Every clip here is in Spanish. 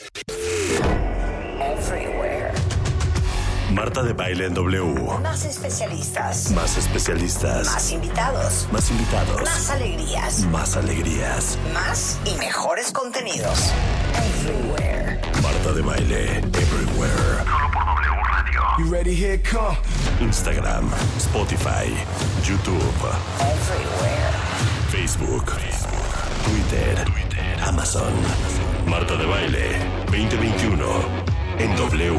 Everywhere. Marta de Baile en W. Más especialistas. Más especialistas. Más invitados. Más invitados. Más alegrías. Más alegrías. Más y mejores contenidos. Everywhere. Marta de Baile Everywhere. Solo por W Radio. You ready? Here it come. Instagram, Spotify, YouTube. Everywhere. Facebook. Twitter. Amazon. Marta de Baile 2021 en W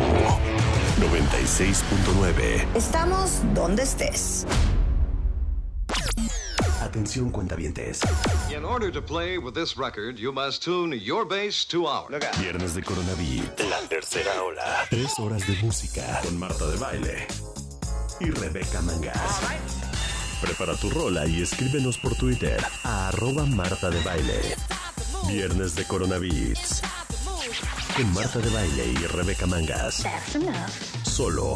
96.9. Estamos donde estés. Atención, cuentavientes. In order to play with this record, you must tune your bass to ours. Viernes de Coronavirus. La tercera ola. 3 horas de música con Marta de Baile y Rebeca Mangas. Prepara tu rola y escríbenos por Twitter a @Marta de Baile. Viernes de Coronavirus con Marta de Baile y Rebeca Mangas. Solo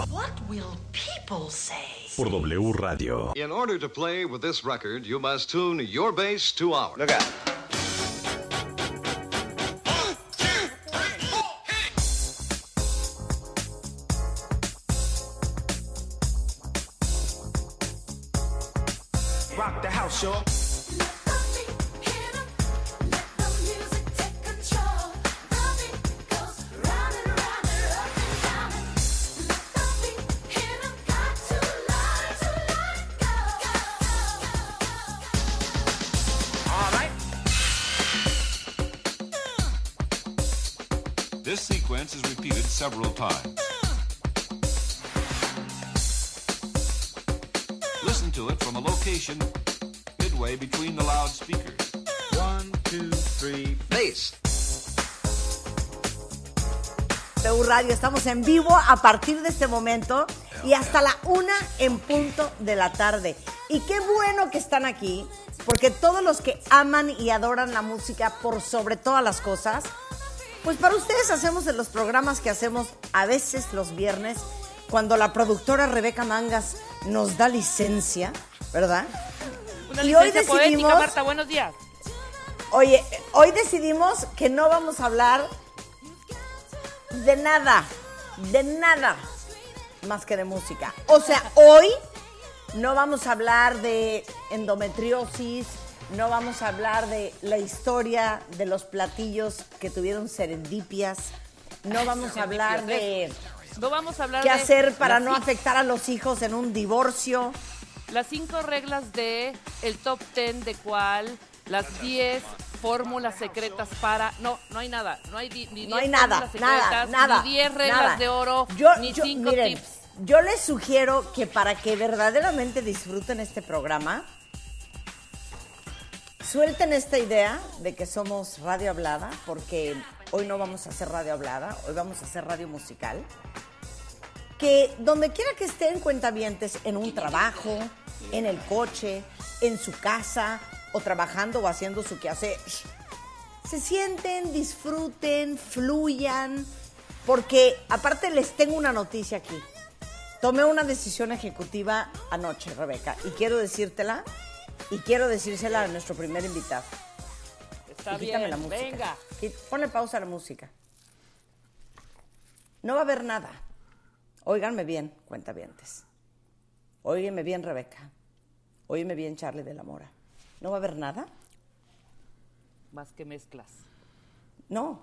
por W Radio. In order to play with this record, you must tune your bass to ours. Look out. Rock the house, y'all. This sequence is repeated several times. Listen to it from a location midway between the loudspeakers. 1, 2, 3, Bass. W Radio, estamos en vivo a partir de este momento y hasta la 1 en punto de la tarde. Y qué bueno que están aquí, porque todos los que aman y adoran la música por sobre todas las cosas, pues para ustedes hacemos de los programas que hacemos a veces los viernes, cuando la productora Rebeca Mangas nos da licencia, ¿verdad? Una Y licencia hoy poética, decidimos- Marta, buenos días. Oye, hoy decidimos que no vamos a hablar de nada más que de música. O sea, hoy no vamos a hablar de endometriosis, no vamos a hablar de la historia de los platillos que tuvieron serendipias, no vamos a hablar de No vamos a hablar qué de hacer para las no ci- afectar a los hijos en un divorcio. Las 5 reglas de el top 10 de cuál, las 10 fórmulas secretas para... No hay nada. No hay ni No 10 hay nada, fórmulas secretas, nada. ni 10 reglas nada. de oro, ni 5 miren, tips. Yo les sugiero que para que verdaderamente disfruten este programa, suelten esta idea de que somos radio hablada, porque hoy no vamos a hacer radio hablada, hoy vamos a hacer radio musical. Que donde quiera que estén cuentavientes, en un trabajo, en el coche, en su casa, o trabajando o haciendo su quehacer, se sienten, disfruten, fluyan, porque aparte les tengo una noticia aquí. Tomé una decisión ejecutiva anoche, Rebeca, y quiero decírtela, y quiero decírsela a nuestro primer invitado. Está Y quítame bien, la música. venga. Ponle pausa a la música. No va a haber nada. Óiganme bien, cuentavientes. Óiganme bien, Rebeca. Óiganme bien, Charlie de la Mora. ¿No va a haber nada? Más que mezclas. No.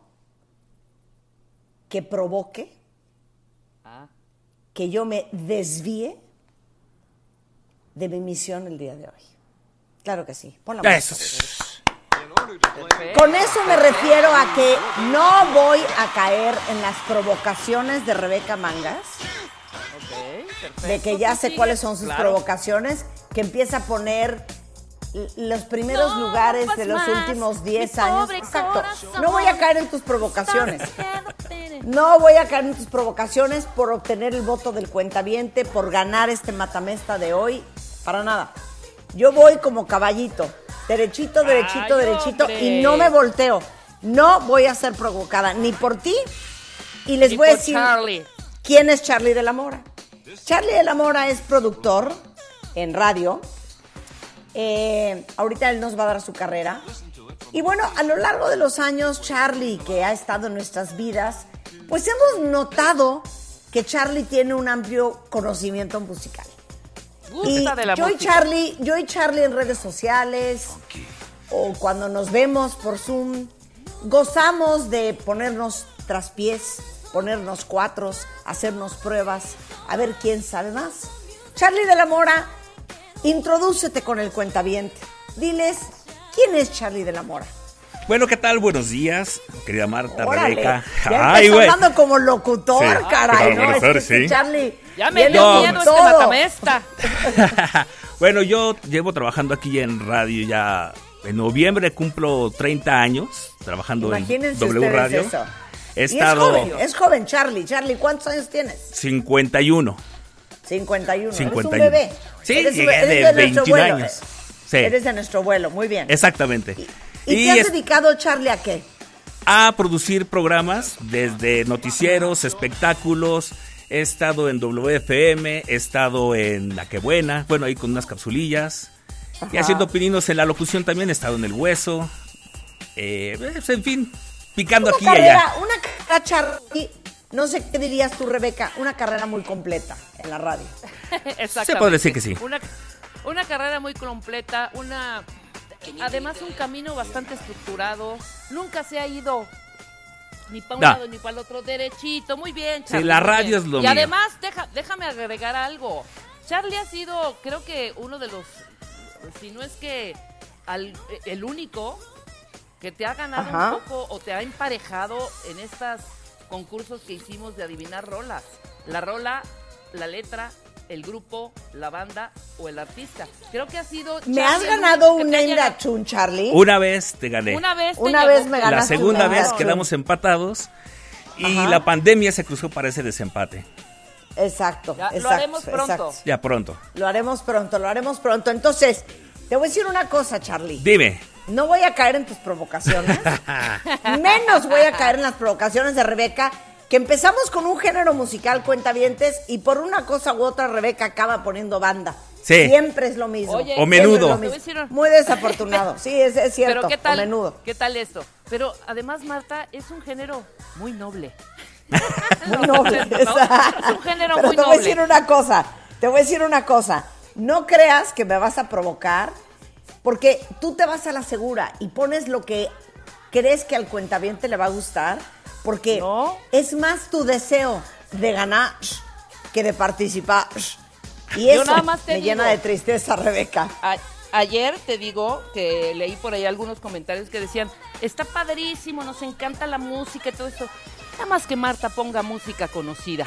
Que provoque Ah, que yo me desvíe de mi misión el día de hoy. Claro que sí. Pon la música. perfecto. Con eso me refiero a que no voy a caer en las provocaciones de Rebeca Mangas, Ok, perfecto. de que ya Tú sé sigue. cuáles son sus Claro. provocaciones, que empieza a poner los primeros No lugares rompas de los más últimos 10 mi años. pobre Exacto. corazón. No voy a caer en tus provocaciones. Quédate. No voy a caer en tus provocaciones por obtener el voto del cuentaviente, por ganar este matamesta de hoy. Para nada. Yo voy como caballito. Derechito, derechito, Ay, derechito. hombre. Y no me volteo. No voy a ser provocada ni por ti. Y les Ni voy a por decir Charlie. quién es Charlie de la Mora. Charlie de la Mora es productor en radio. Ahorita él nos va a dar su carrera. Y bueno, a lo largo de los años, Charlie, que ha estado en nuestras vidas, pues hemos notado que Charlie tiene un amplio conocimiento musical. Gusta de la yo música. y Charlie en redes sociales o cuando nos vemos por Zoom, gozamos de ponernos traspiés, ponernos cuatros, hacernos pruebas, a ver quién sabe más. Charlie de la Mora, introdúcete con el cuentaviente. Diles, ¿quién es Charlie de la Mora? Bueno, ¿qué tal? Buenos días, querida Marta, Órale, Rebeca. ya empezó güey. hablando como locutor, Sí, caray, como ¿no? locutor, Es que sí. Charlie Ya me viene dio con miedo todo. matamesta. Bueno, yo llevo trabajando aquí en radio ya. En noviembre cumplo 30 años trabajando Imagínense en W ustedes Radio. eso. He Y estado es joven Charlie. Charlie, ¿cuántos años tienes? 51. 51. 51. Eres un bebé. Sí, Eres llegué eres de nuestro 21 vuelo, años. Sí, Eres de nuestro vuelo, muy bien. exactamente. ¿Y te has dedicado, Charlie, a qué? A producir programas desde noticieros, espectáculos. He estado en WFM, he estado en La Que Buena, bueno, ahí con unas capsulillas. Y haciendo pininos en la locución también, he estado en El Hueso. En fin, picando aquí y allá. Una carrera, Charlie, no sé qué dirías tú, Rebeca, una carrera muy completa en la radio. Exactamente. Se puede decir que sí. Una carrera muy completa, además un camino bastante estructurado. Nunca se ha ido ni para un No. lado ni para el otro, derechito. Muy bien, Charlie. Sí, la muy radio bien. es lo Y mío. además, déjame agregar algo. Charlie ha sido, creo que uno de los, si no es que el único que te ha ganado Ajá. un poco o te ha emparejado en estos concursos que hicimos de adivinar rolas. La rola, la letra, el grupo, la banda o el artista. Creo que ha sido... ¿Me has Charlie el ganado único que un te ha name llegado. that tune, Charlie? Una vez te gané. Una vez te Una llegó. vez me La ganaste segunda un vez name that quedamos tune. empatados y Ajá. la pandemia se cruzó para ese desempate. Exacto, Ya, lo exacto. haremos pronto. exacto. Ya pronto. Lo haremos pronto. Entonces, te voy a decir una cosa, Charlie. Dime. No voy a caer en tus provocaciones. Menos voy a caer en las provocaciones de Rebeca, que empezamos con un género musical, cuentavientes, y por una cosa u otra Rebeca acaba poniendo banda. Sí. Siempre es lo mismo. Oye, O menudo. Siempre es lo te voy a mismo. decir- Muy desafortunado. Sí, es cierto. Pero ¿qué tal? O menudo. ¿Qué tal esto? Pero además, Marta, es un género muy noble. Muy noble. ¿No? exacto. Es un género Pero muy te voy a noble. decir una cosa. No creas que me vas a provocar, porque tú te vas a la segura y pones lo que crees que al cuentaviente le va a gustar, porque No. es más tu deseo de ganar que de participar. Y Yo eso nada más te me llena digo. de tristeza, Rebeca. Ayer te digo que leí por ahí algunos comentarios que decían, está padrísimo, nos encanta la música y todo esto. Nada más que Marta ponga música conocida.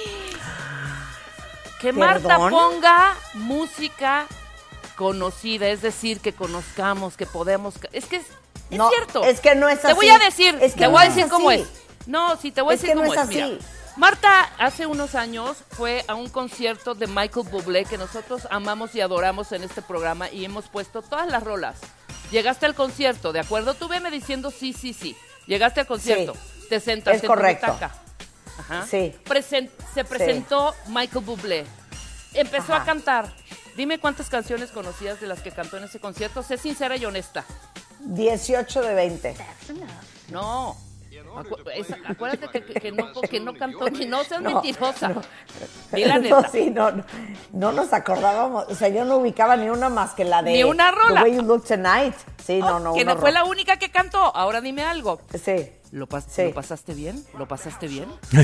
Que Marta ¿Perdón? ponga música conocida, es decir, que conozcamos, que podemos... Es que es No, cierto. es que no es Te voy así. a decir, Es que te no voy a es decir cómo así. es. No, sí, te voy a Es decir que no cómo es es. Mira, así. Marta hace unos años fue a un concierto de Michael Bublé que nosotros amamos y adoramos en este programa y hemos puesto todas las rolas. Llegaste al concierto, ¿de acuerdo? Tú veme diciendo sí, sí, sí. Llegaste al concierto, te sentaste Es en tu correcto. butaca. Ajá. Sí. Se presentó Michael Bublé. Empezó Ajá. a cantar. Dime cuántas canciones conocías de las que cantó en ese concierto. Sé sincera y honesta. 18 de 20. No. Acuérdate que no cantó ni no seas mentirosa. Di la neta. No, sí, no nos acordábamos. O sea, yo no ubicaba ni una más que la de Ni una rola. The Way You Look Tonight. Sí, no, que un no fue horror. la única que cantó. Ahora dime algo. Sí. ¿Lo Sí. pasaste bien? ¿Lo pasaste bien?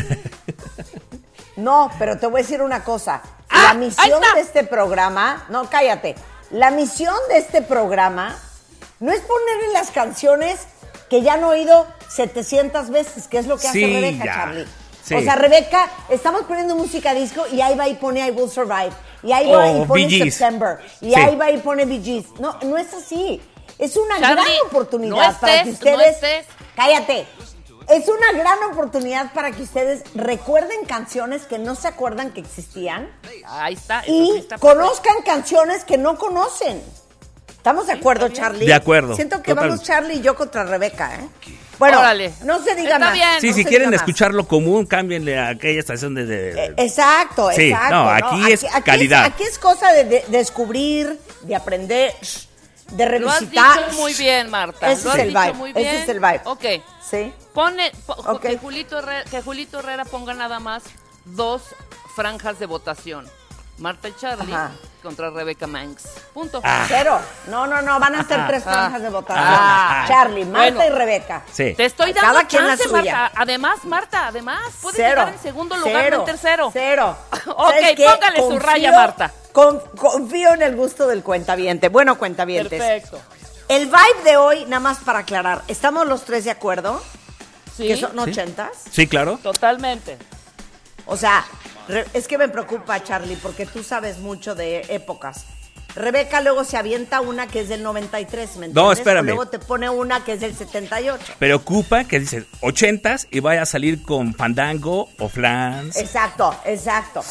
No, pero te voy a decir una cosa. ¡Ah! La Ahí misión está. de este programa, no, cállate. La misión de este programa no es ponerle las canciones que ya han oído 700 veces, que es lo que hace Sí, Rebeca, ya. Charlie. Sí. O sea, Rebeca, estamos poniendo música disco y ahí va y pone I Will Survive. Y ahí va y O pone Bee Gees. September. Y Sí. ahí va y pone Bee Gees. No, no es así. Es una Charlie, gran oportunidad no para que estés, ustedes... no estés. Cállate. Es una gran oportunidad para que ustedes recuerden canciones que no se acuerdan que existían Ahí está. eso sí y está conozcan canciones que no conocen. ¿Estamos de acuerdo, está bien. Charlie? De acuerdo, Siento que total. vamos Charlie y yo contra Rebeca, ¿eh? Bueno, Órale. no se diga Está más. bien. Sí, no si se quieren diga más. escuchar lo común, cámbienle a aquella estación de Exacto, Sí, exacto. no, aquí es calidad. Aquí es cosa de descubrir, de aprender. de Lo has revisitar. dicho muy bien, Marta. Ese Lo has es el dicho vibe, muy ese bien. es el vibe. Ok. Sí. Ok. Que Julito Herrera ponga nada más 2 franjas de votación. Marta y Charlie Ajá. contra Rebeca Manx. Punto. 0. No, van a ser 3 franjas de votación. Ah. Charlie, Marta Bueno. y Rebeca. Sí. Te estoy dando Cada quien la chance, suya. Marta. Además, puedes 0. llegar en segundo lugar, no en tercero. 0. Ok, póngale su raya, Marta. Confío en el gusto del cuentaviente. Bueno, cuentavientes. Perfecto. El vibe de hoy, nada más para aclarar, ¿estamos los 3 de acuerdo? Sí, Que son 80s. Sí, claro. totalmente. O sea, es que me preocupa, Charlie, porque tú sabes mucho de épocas. Rebeca luego se avienta una que es del 93, ¿me entiendes? No, espérame. Luego te pone una que es del 78. Preocupa que dices 80s y vaya a salir con Fandango o Flans. Exacto. O Eso.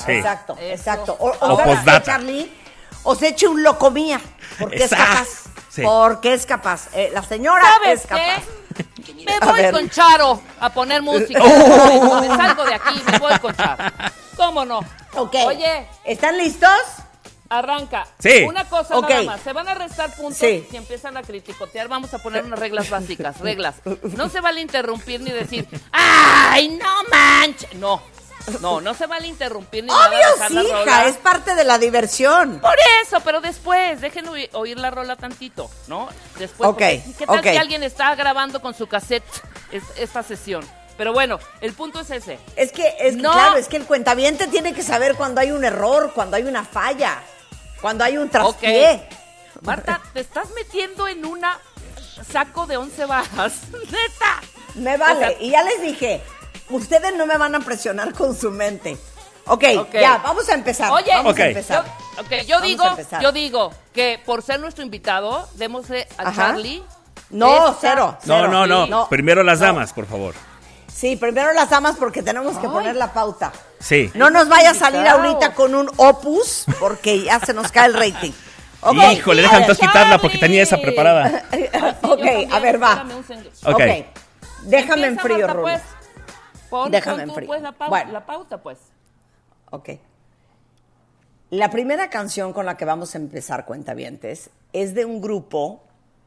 O ¿sabes qué, postdata. Charlie? O se eche un locomía, porque Exacto. es capaz. Sí. Porque es capaz. La señora ¿Sabes es capaz. qué? Me A voy ver. con Charo a poner música. Me salgo de aquí, me voy con Charo. ¿Cómo no? Ok. Oye, ¿Están listos? arranca. Sí. Una cosa Ok. nada más. Se van a restar puntos Sí. si empiezan a criticotear. Vamos a poner unas reglas básicas. Reglas. No se vale interrumpir ni decir, ¡ay, no manches! No se vale interrumpir ni nada. Obvio, dejar sí, la hija, rola. es parte de la diversión. Por eso, pero después, dejen oír la rola tantito, ¿no? Después, Ok, porque ¿qué tal ok. si alguien está grabando con su cassette esta sesión? Pero bueno, el punto es ese. Es que No. claro, es que el cuentaviente tiene que saber cuando hay un error, cuando hay una falla, cuando hay un traspié. Marta, te estás metiendo en una saco de 11 bajas. ¡Neta! Me vale. O sea, Y ya les dije, ustedes no me van a presionar con su mente. Ok, Ok. ya, vamos a empezar. Oye, vamos Ok. a empezar. yo Vamos a empezar. digo que por ser nuestro invitado, démosle a Ajá. Charlie. No, esta- cero. No. Primero las No. damas, por favor. Sí, primero las damas porque tenemos que poner la pauta. Sí. No nos vaya a salir invitado. ahorita con un opus porque ya se nos cae el rating. Ok, Híjole, deja entonces quitarla porque tenía esa preparada. Ay, sí, yo Ok, también. a ver, va. Espérame un segundo. Ok. Ok, déjame en Empieza, frío, Marta, Rulo. pues. Déjame Pon en tú, frío. pues, la Bueno. pauta, pues. Ok. La primera canción con la que vamos a empezar, cuentavientes, es de un grupo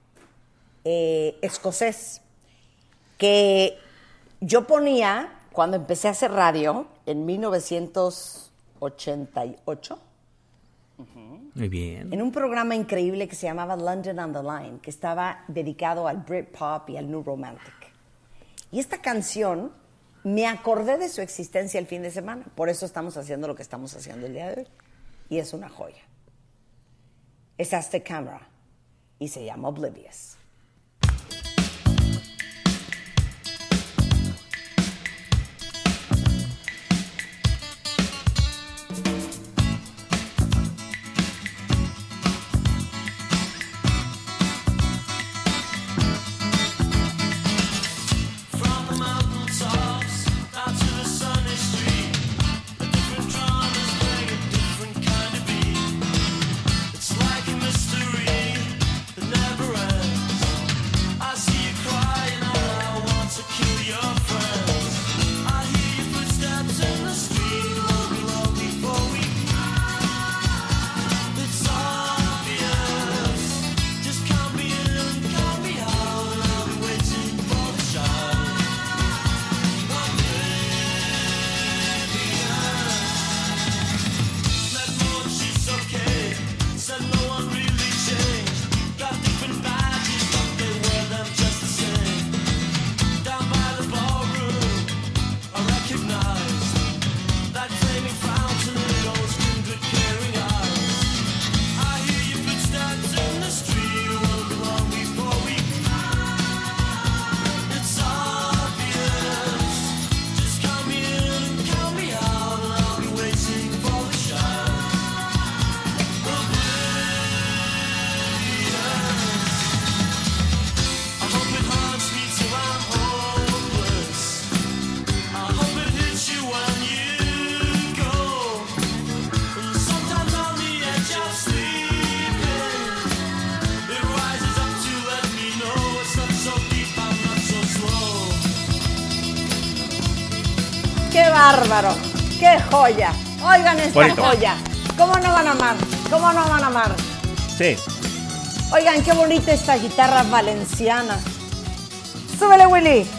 escocés que yo ponía cuando empecé a hacer radio en 1988 Muy bien. en un programa increíble que se llamaba London on the Line, que estaba dedicado al Britpop y al New Romantic. Y esta canción, me acordé de su existencia el fin de semana, por eso estamos haciendo lo que estamos haciendo el día de hoy. Y es una joya. Es Ask the Camera y se llama Oblivious. ¡Qué bárbaro! ¡Qué joya! Oigan esta Bonito. joya. ¿Cómo no van a amar? ¿Cómo no van a amar? Sí. Oigan, qué bonita esta guitarra valenciana. ¡Súbele, Willy!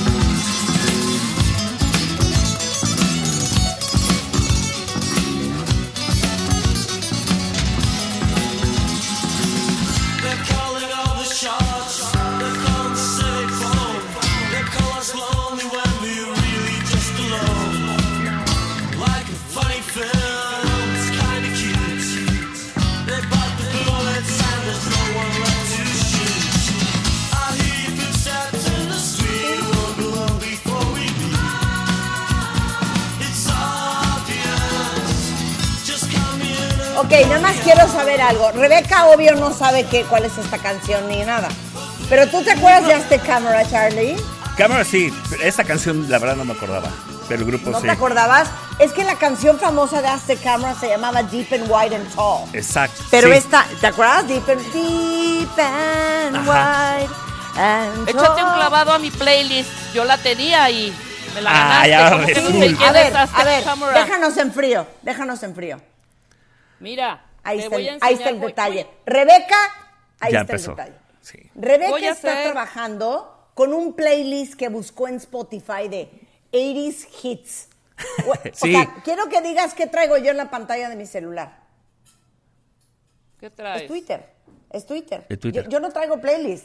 Ok, nada más quiero saber algo. Rebeca, obvio, no sabe cuál es esta canción ni nada. Pero ¿tú te acuerdas de este Camera, Charlie? Camera, sí. Esta canción, la verdad, no me acordaba. Pero el grupo ¿No sí. te acordabas? Es que la canción famosa de Aztec Camera se llamaba Deep and Wide and Tall. Exacto. Pero sí. esta, ¿te acuerdas? Deep and Wide and Tall. Échate un clavado a mi playlist. Yo la tenía y me la ganaste. ya ¿Cómo que no sé resulta. quién es A Aztec ver, Camera? déjanos en frío. Mira, Ahí te está, voy a ahí está enseñar, el voy- detalle. Rebeca, ahí Ya está empezó. el detalle. Sí. Rebeca Voy a está hacer- trabajando con un playlist que buscó en Spotify de 80s hits. Sí. O sea, quiero que digas qué traigo yo en la pantalla de mi celular. ¿Qué traes? Es Twitter. Es Twitter. Yo no traigo playlist.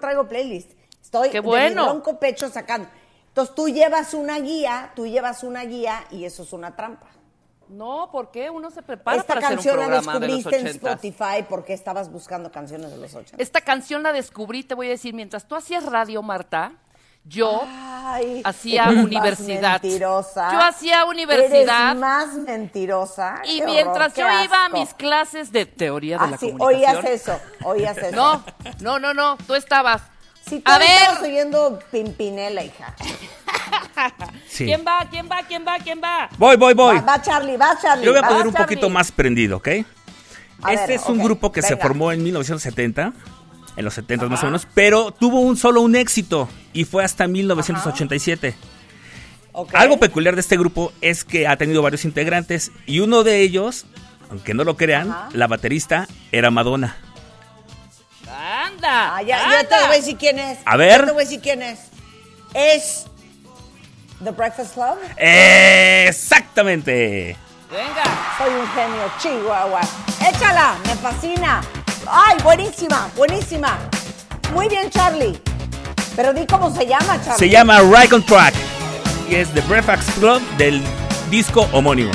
Estoy ¡Qué de bueno! mi ronco pecho sacando. Entonces tú llevas una guía y eso es una trampa. No, ¿por qué? Uno se prepara Esta para hacer un canción la programa de los descubriste en 80. Spotify porque estabas buscando canciones de los 80. Esta canción la descubrí, te voy a decir, mientras tú hacías radio, Marta, yo Ay, hacía eres universidad. Más mentirosa. Yo hacía universidad. Eres más mentirosa. Y Qué mientras horror, yo qué iba a asco. mis clases de teoría de la sí, comunicación. oías eso. No, tú estabas. Si tú A ver, estabas oyendo Pimpinela, hija. Sí. ¿quién va? Voy. Va Charlie. Yo voy a poner Va, un poquito Charlie. más prendido, ¿ok? A Este ver, es un ok, grupo que se venga. formó en 1970, en los 70 más o menos, pero tuvo un éxito y fue hasta 1987. Ok. Algo peculiar de este grupo es que ha tenido varios integrantes y uno de ellos, aunque no lo crean, la baterista era Madonna. ¡Anda! Ya anda. te voy a decir quién es. A ver. Ya te voy a decir quién es. Es The Breakfast Club. ¡Exactamente! Venga. Soy un genio, Chihuahua. Échala, me fascina. Ay, buenísima. Muy bien, Charlie. Pero di cómo se llama, Charlie. Se llama Right on Track y es The Breakfast Club del disco homónimo.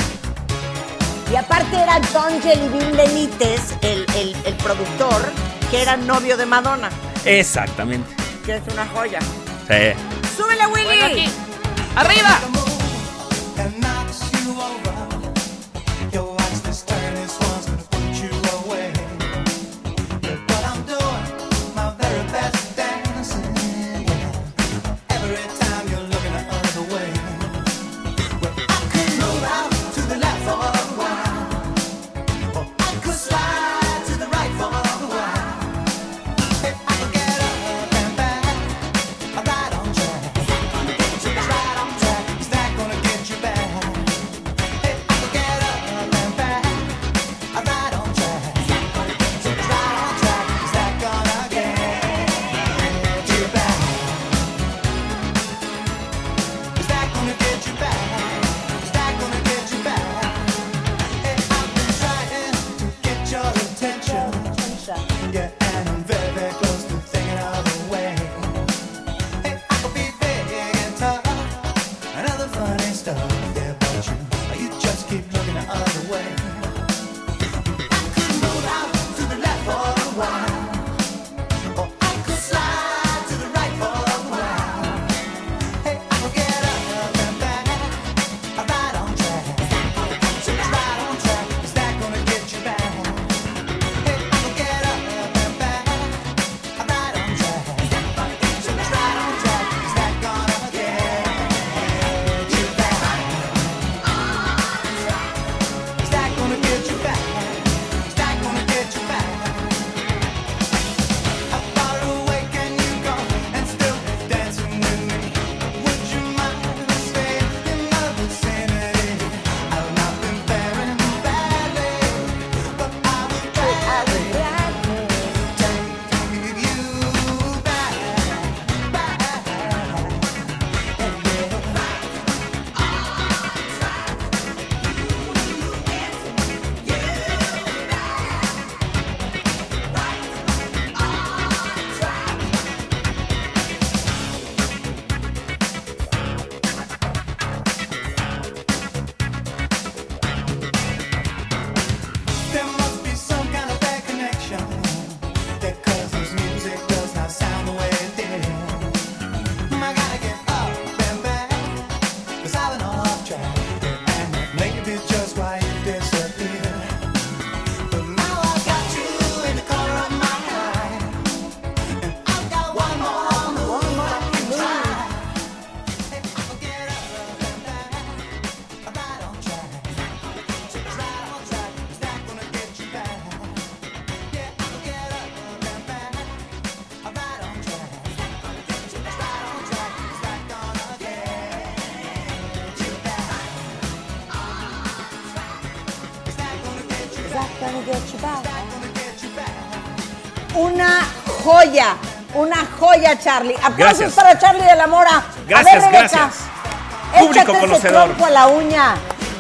Y aparte era John Jellybean Benítez, el productor, que era novio de Madonna. Exactamente. Que es una joya. Sí. ¡Súbele, Willy! Bueno, aquí. ¡Arriba! Gonna get you back. Una joya, Charlie. Aplausos Gracias. para Charlie de la Mora. Gracias, a ver, Rebeca, gracias. Público échate ese conocedor. trompo a la uña.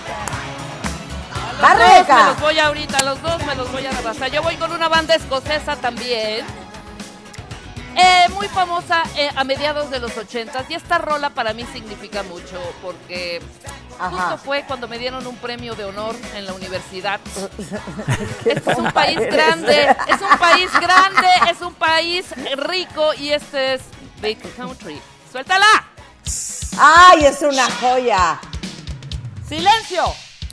Va, Los dos Rebeca. me los voy ahorita, los dos me los voy a rebasar. Yo voy con una banda escocesa también. Muy famosa a mediados de los 80s. Y esta rola para mí significa mucho porque justo fue cuando me dieron un premio de honor en la universidad. Este es un país grande, es un país rico y este es Big Country. ¡Suéltala! ¡Ay, es una joya! ¡Silencio!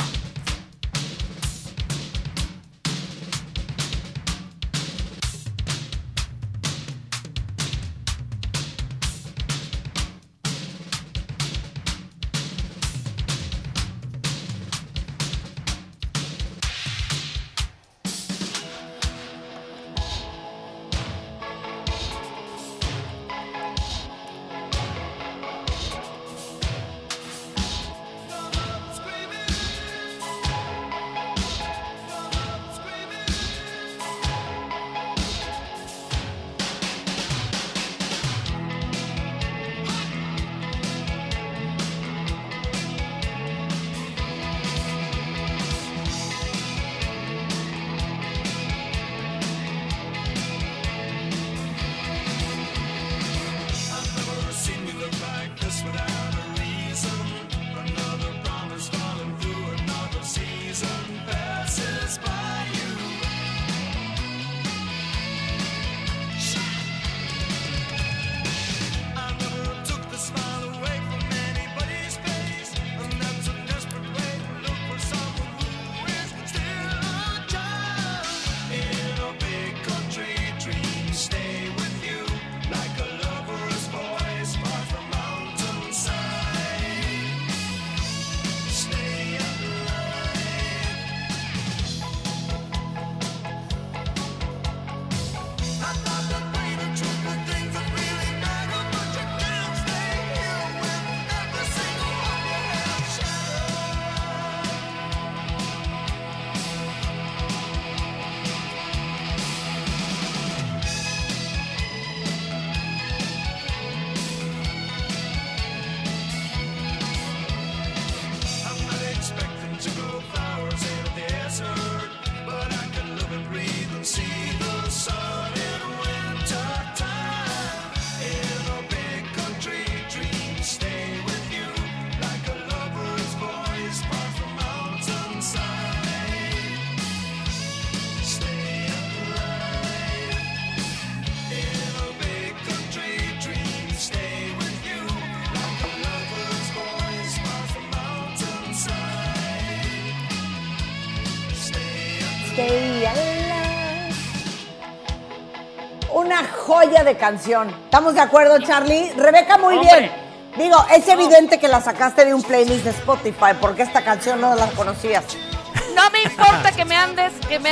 Una joya de canción. ¿Estamos de acuerdo, Charlie? Rebeca, muy Hombre. bien. Digo, es evidente que la sacaste de un playlist de Spotify porque esta canción no la conocías. No me importa que me andes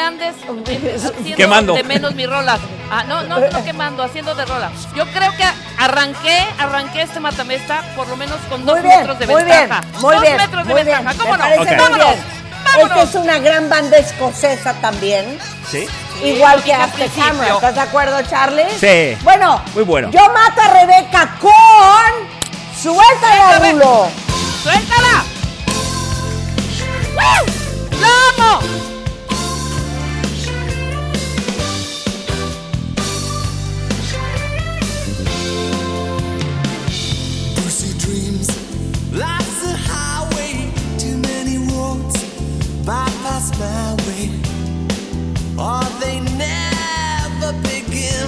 haciendo Quemando. de menos mi rola. No quemando, haciendo de rola. Yo creo que arranqué este matamesta por lo menos con 2 metros de ventaja. Muy bien, 2 metros de muy ventaja. bien. ¿Cómo Me no? parece Ok. muy ¡Vámonos! bien. Esta es una gran banda escocesa también. ¿Sí? Igual lo que dije al After principio. Camera. ¿Estás de acuerdo, Charlie? Sí. Bueno, Muy bueno. Yo mato a Rebeca con Suéltala, Suéltame. Rulo. ¡Suéltala! ¡Woo! ¡La amo! Pussy dreams, life's a highway, too many roads bypass my way, or they never begin.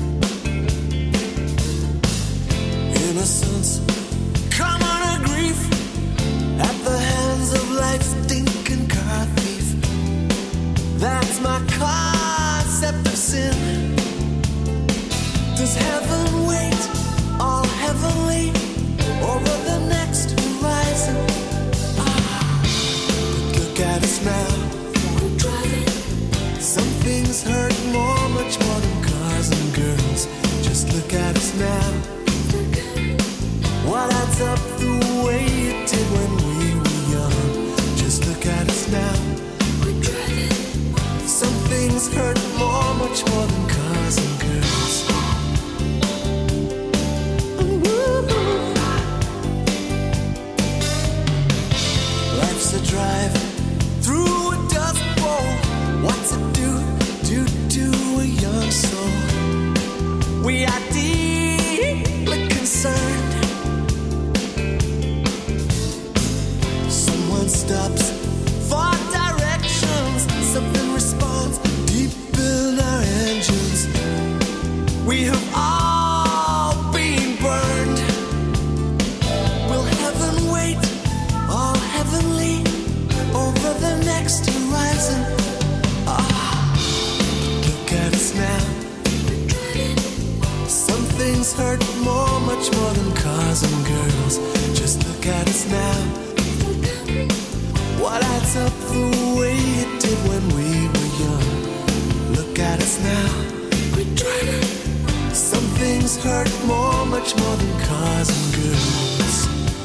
Innocence, common grief. drive through a dust bowl. What's it do to a young soul? We are deeply concerned. Someone stops for directions. Something responds deep in our engines. We have all been burned. Will heaven wait, all heavenly, over the next horizon? Look at us now. Some things hurt more, much more than cars and girls. Just look at us now. What adds up the way it did when we were young? Look at us now. Some things hurt more, much more than cars and girls.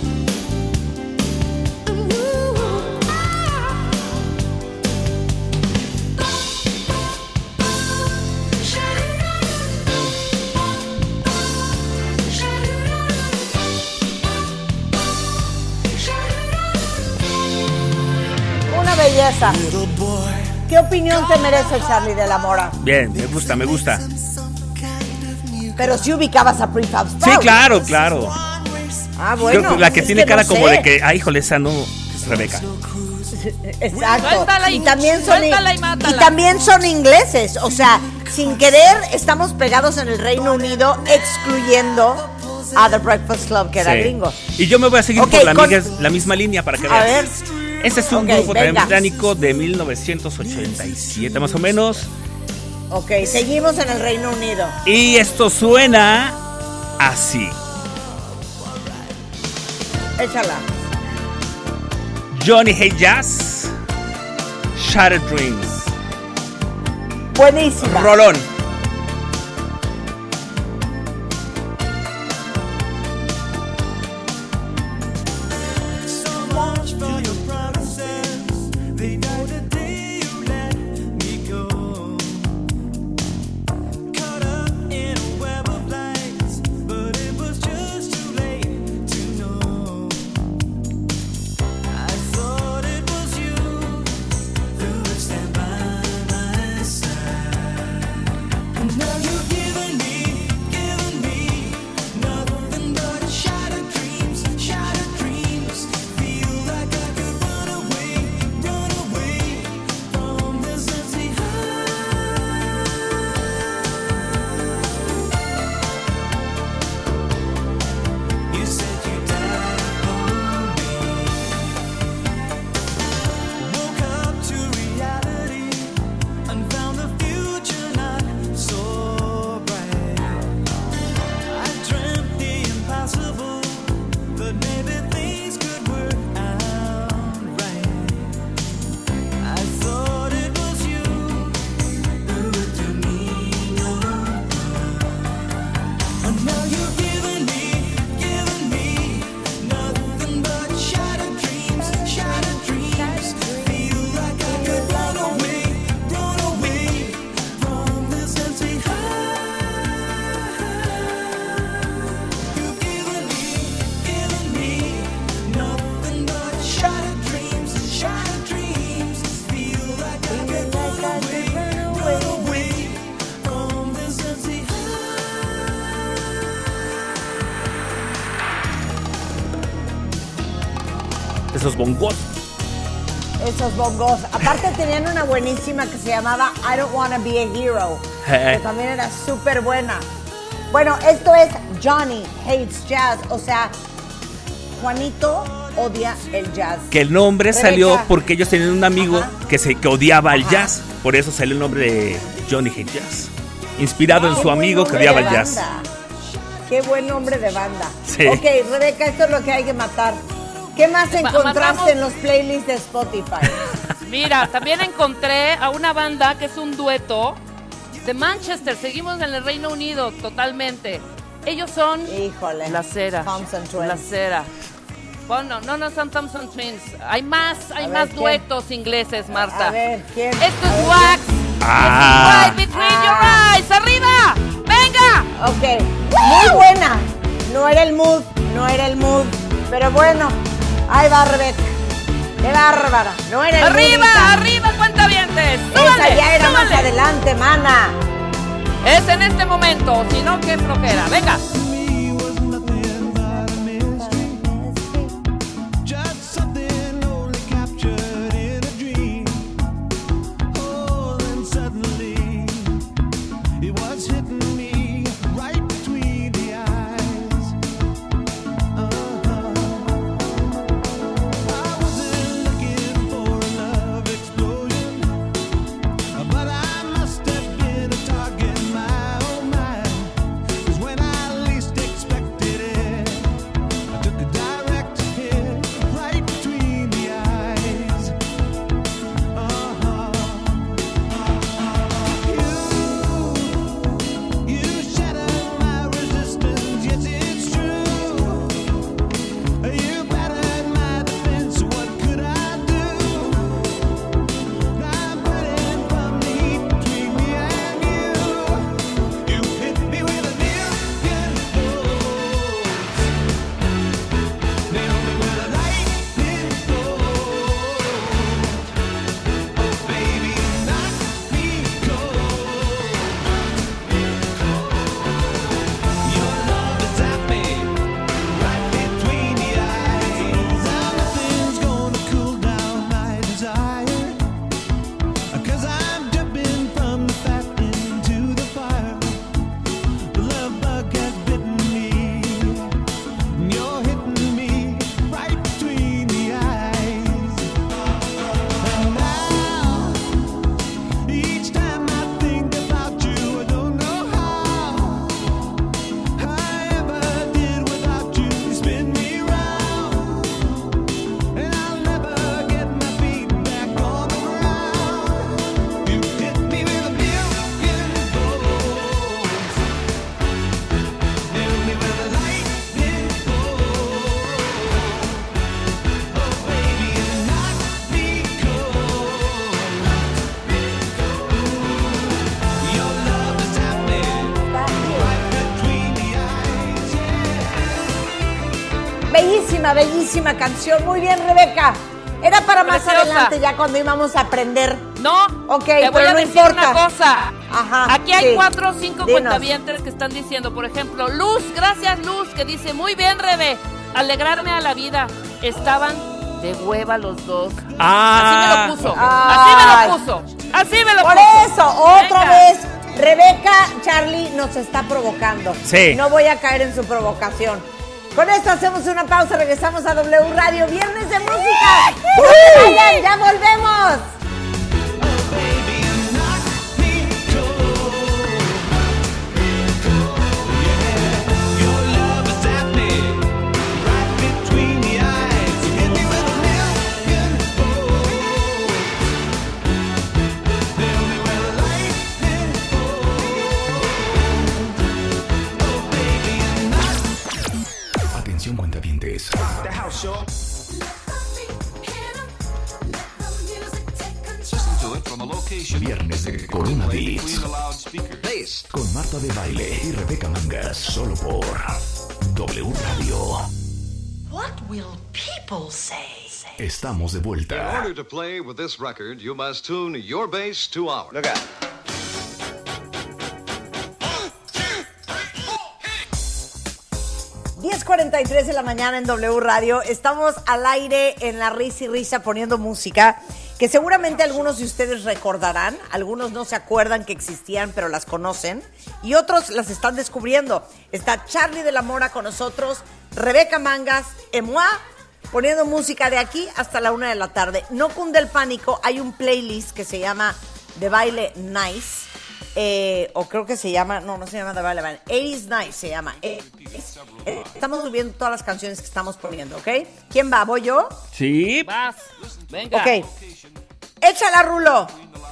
Una belleza. ¿Qué opinión te merece, Charlie de la Mora? Bien, me gusta, me gusta. Pero si ubicabas a Prefab Sprout. Sí, claro, claro. Ah, bueno. Creo que la que es tiene que cara no como sé. de que, ay, híjole, esa no es Rebeca. Exacto. Suéltala y también son suéltala y mátala. y también son ingleses, o sea, sin querer estamos pegados en el Reino Unido, excluyendo a The Breakfast Club, que era Sí. gringo. Y yo me voy a seguir Ok, por con- la misma línea para que A veas. ver. Este es un Ok, grupo también venga. británico de 1987 más o menos. Ok, seguimos en el Reino Unido. Y esto suena así. Échala. Johnny Hate Jazz, Shattered Dreams. Buenísima. Rolón. Esos bongos. Esos bongos. Aparte tenían una buenísima que se llamaba I Don't Wanna Be a Hero, que también era súper buena. Bueno, esto es Johnny Hates Jazz, o sea, Juanito odia el jazz. Que el nombre Rebeca. salió porque ellos tenían un amigo Ajá. que odiaba el Ajá. jazz. Por eso salió el nombre de Johnny Hate Jazz. Inspirado en Qué su buen amigo que nombre odiaba de el jazz. banda. Qué buen nombre de banda. Sí. Ok, Rebeca, esto es lo que hay que matar. ¿Qué más encontraste matamos- en los playlists de Spotify? Mira, también encontré a una banda que es un dueto de Manchester. Seguimos en el Reino Unido totalmente. Ellos son Híjole. La Cera. Thompson Twins. La Cera. Bueno, no son Thompson Twins. Hay más ver, ¿quién? duetos ingleses, Marta. A ver, ¿quién? Esto A es ver, Ah. Wax. This is Right Between Your Eyes. ¡Arriba! ¡Venga! Ok, muy buena. No era el mood, pero bueno. Ahí va, Rebeca. ¡Qué bárbara! No era el ¡Arriba, Mónica. arriba, cuentavientes! Esa ¡Súbanle, ya era más súbanle! adelante, mana. Es en este momento, si no, qué flojera. Venga. Just something only captured in a dream. Oh, then suddenly it was hitting me right between the eyes. I wasn't looking for a love explosion, but I must have been a target, my oh my. 'Cause when I least expected it, I took a direct hit right between the eyes. You shattered my resistance, yes it's true. You battered my defense, what could I do? I'm burning from the heat between me and you. You hit me with a million blows. Nailed me with a lightning bolt. Oh baby, you knocked me cold. Your love has zapped me right between the eyes. Now nothing's gonna cool down my desire, 'cause I'm jumping from the fat into the fire. The love bug has bitten me, and you're hitting me right between the eyes. And now, each time I think about you, I don't know how I ever did without you. You spin me round, and I'll never get my feet back on the ground. You hit me with a million blows. Nailed me with a lightning bolt. Oh baby, you knocked me cold. Your love has zapped me right between the eyes, yeah. Bellísima, bellísima canción. Muy bien, Rebeca. Era para más Preciosa. adelante, ya cuando íbamos a aprender. No, Ok, te voy pero a no decir importa. una cosa. Ajá, Aquí hay sí. 4 o 5 Dinos. cuentavientes que están diciendo, por ejemplo, Luz, gracias Luz, que dice, muy bien, Rebe, alegrarme a la vida. Estaban de hueva los dos. Ah. Así me lo puso. Ay. Así me lo puso. Así me lo Por puso. eso, otra Venga. vez, Rebeca, Charlie nos está provocando. Sí. No voy a caer en su provocación. Con esto hacemos una pausa, regresamos a W Radio, Viernes de Música. ¡No se vayan, ya volvemos! Baby, you knocked me cold. Yeah, your love has zapped me right between the eyes. You hit me with a million blows. Nailed me with a lightning bolt. Oh baby, you knocked. Atención, cuentavientes. The house, y'all. Listen to it from a location Viernes de Corona between Beats. the loudspeakers. Bass. Con Marta de Baile y Rebeca Mangas. Solo por W Radio. What will people say? Estamos de In vuelta. order to play with this record, you must tune your bass to ours. Look out. .43 de la mañana en W Radio. Estamos al aire en la risa y risa poniendo música que seguramente algunos de ustedes recordarán, algunos no se acuerdan que existían pero las conocen y otros las están descubriendo. Está Charlie de la Mora con nosotros, Rebeca Mangas, Emoa, poniendo música de aquí hasta la 1 de la tarde. No cunde el pánico, hay un playlist que se llama De Baile Nice. O creo que se llama, no se llama The Baile Band, 80's Nice se llama. Estamos subiendo todas las canciones que estamos poniendo, ¿ok? ¿Quién va? ¿Voy yo? Sí. Vas. Venga. Ok. Échala, Rulo.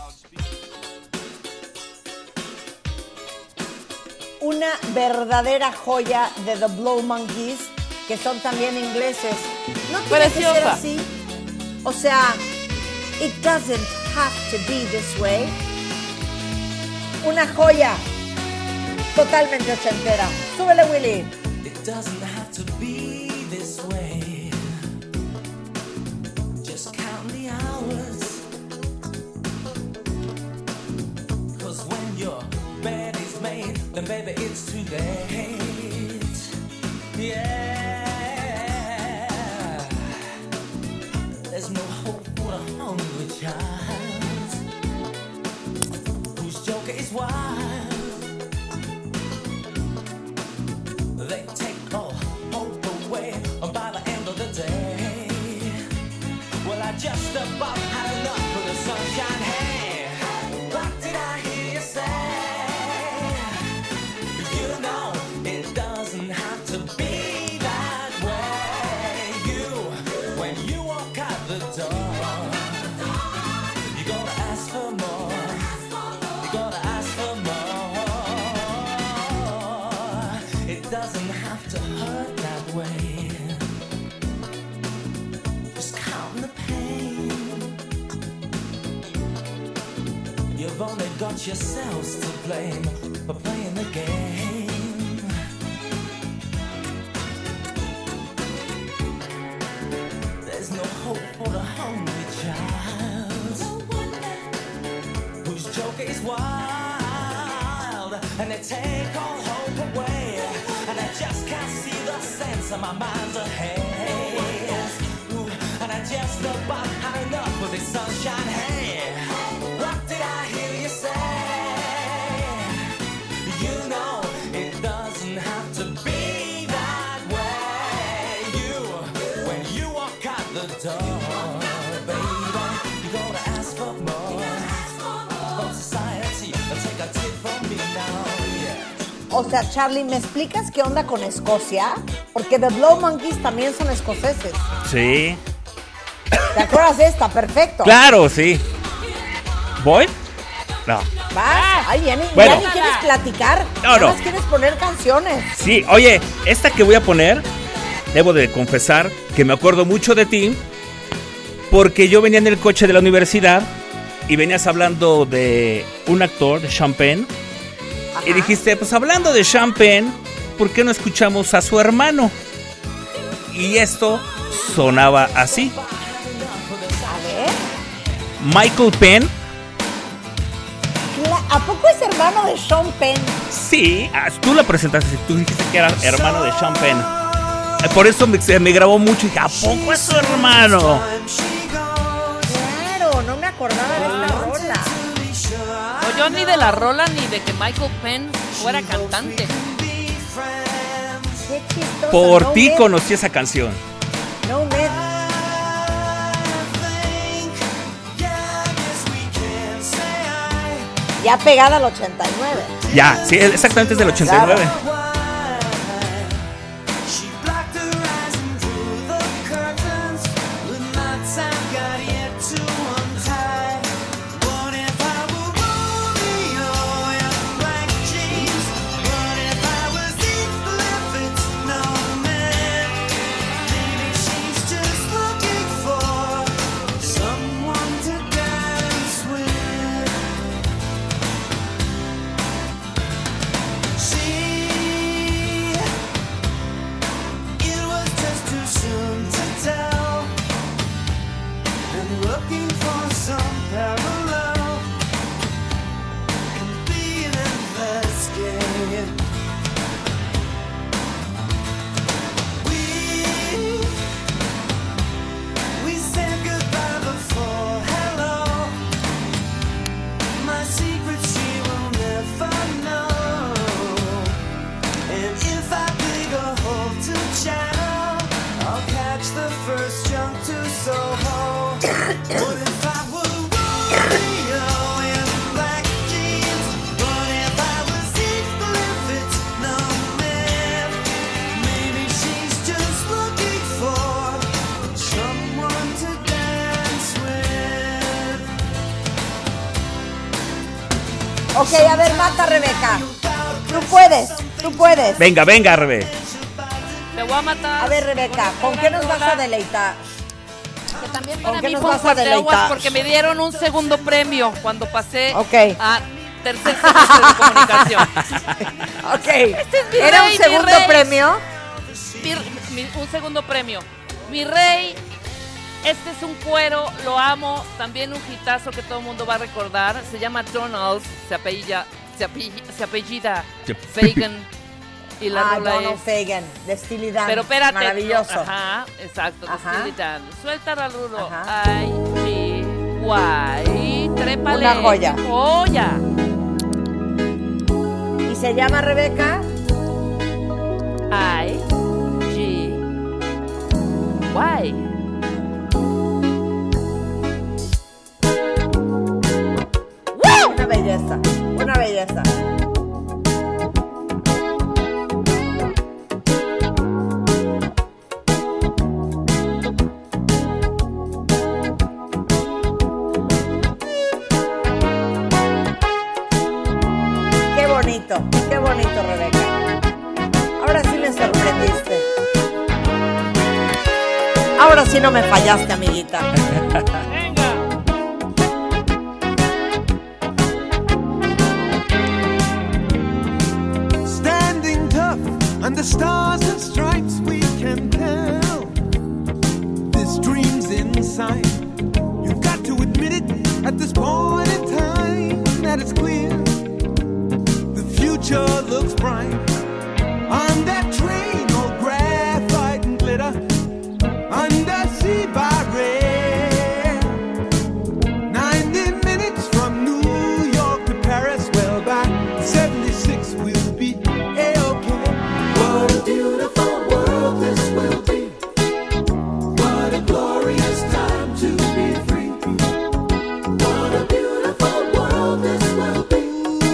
Una verdadera joya de The Blow Monkeys, que son también ingleses. No tiene que ser Preciosa. así. O sea, it doesn't have to be this way. Una joya totalmente ochentera. Súbele, Willy. It doesn't have to be this way. Just wild. They take all hope away by the end of the day. Well, I just about had enough of the sunshine. Hey, what did I hear you say? You know it doesn't have to be that way. When you walk out the door, you gotta ask for more. You gotta ask for more. It doesn't have to hurt that way. Just count the pain. You've only got yourselves to blame for playing the game. There's no hope for the hungry child whose joke is wild, and they take all hope away, and I just can't see the sense of my mind's ahead. Ooh, and I just about had enough of this sunshine. Hey, what did I hear you say? You know it doesn't have to be that way. When you walk out the door, baby, you gotta ask for more. From society, take a tip from me now, yeah. O sea, Charlie, ¿me explicas qué onda con Escocia? Porque The Blow Monkeys también son escoceses. Sí. ¿Te acuerdas de esta? Perfecto. Claro, sí. ¿Voy? No. Vas, ahí viene. Bueno. Ya ni quieres platicar. No, Nada no. más quieres poner canciones. Sí, oye, esta que voy a poner, debo de confesar que me acuerdo mucho de ti, porque yo venía en el coche de la universidad y venías hablando de un actor, de Sean Penn, y dijiste, pues hablando de Sean Penn, ¿por qué no escuchamos a su hermano? Y esto sonaba así. A ver. Michael Penn. ¿A poco es hermano de Sean Penn? Sí, tú la presentaste, tú dijiste que era hermano de Sean Penn. Por eso me grabó mucho y dije, ¿a poco es su hermano? Claro, no me acordaba de esta rola. No, yo ni de la rola ni de que Michael Penn fuera cantante. Qué chistoso. Por no ti me- conocí esa canción. No me... Ya pegada al 89. Ya, sí, exactamente es del 89. She blocked her eyes and drew the curtains, but my time got yet to untie. What if I were Romeo in black jeans? What if I was Heathcliff? It's no man. Maybe she's just looking for someone to dance with. It was just too soon to tell, and looking for some parallel, and being investigated. We said goodbye before hello. My secret she will never know. And if I dig a hole to channel, I'll catch the first jump to Soho. What if I were Romeo in black jeans? What if I was Heathcliff? It's no man. Maybe she's just looking for someone to dance with. Ok, a ver, mata, Rebeca. Tú puedes. Venga, venga, Rebe. Te voy a matar. A ver, Rebeca, ¿con qué nos vas a deleitar? Que también ¿Con para qué mí nos fue un vas a parteaguas deleitar? porque me dieron un segundo premio cuando pasé Ok. a tercer semestre de comunicación. Ok. Este es mi ¿Era rey, un mi segundo rey. premio? Un segundo premio. Mi rey, este es un cuero, lo amo. También un hitazo que todo el mundo va a recordar. Se llama Donald, se apellida Fagan. Y la rola Donald es... Fagan, de Steely Dan. Pero espérate. Maravilloso. No, ajá, exacto, de Ajá. Steely Dan. Suelta, Rulo. Ajá. Ay, sí, guay. Trépale. Una joya. Joya. se llama, Rebeca? I-G-Y. Una belleza, una belleza. Qué bonito, Rebeca. Ahora sí me sorprendiste. Ahora sí no me fallaste, amiguita. Standing tough under stars and stripes, we can tell this dream's inside. You've got to admit it at this point in time that it's clear. Future looks bright on that train, all graphite and glitter, undersea by rail. 90 minutes from New York to Paris, well by 76 we'll be A-OK. What a beautiful world this will be. What a glorious time to be free. What a beautiful world this will be.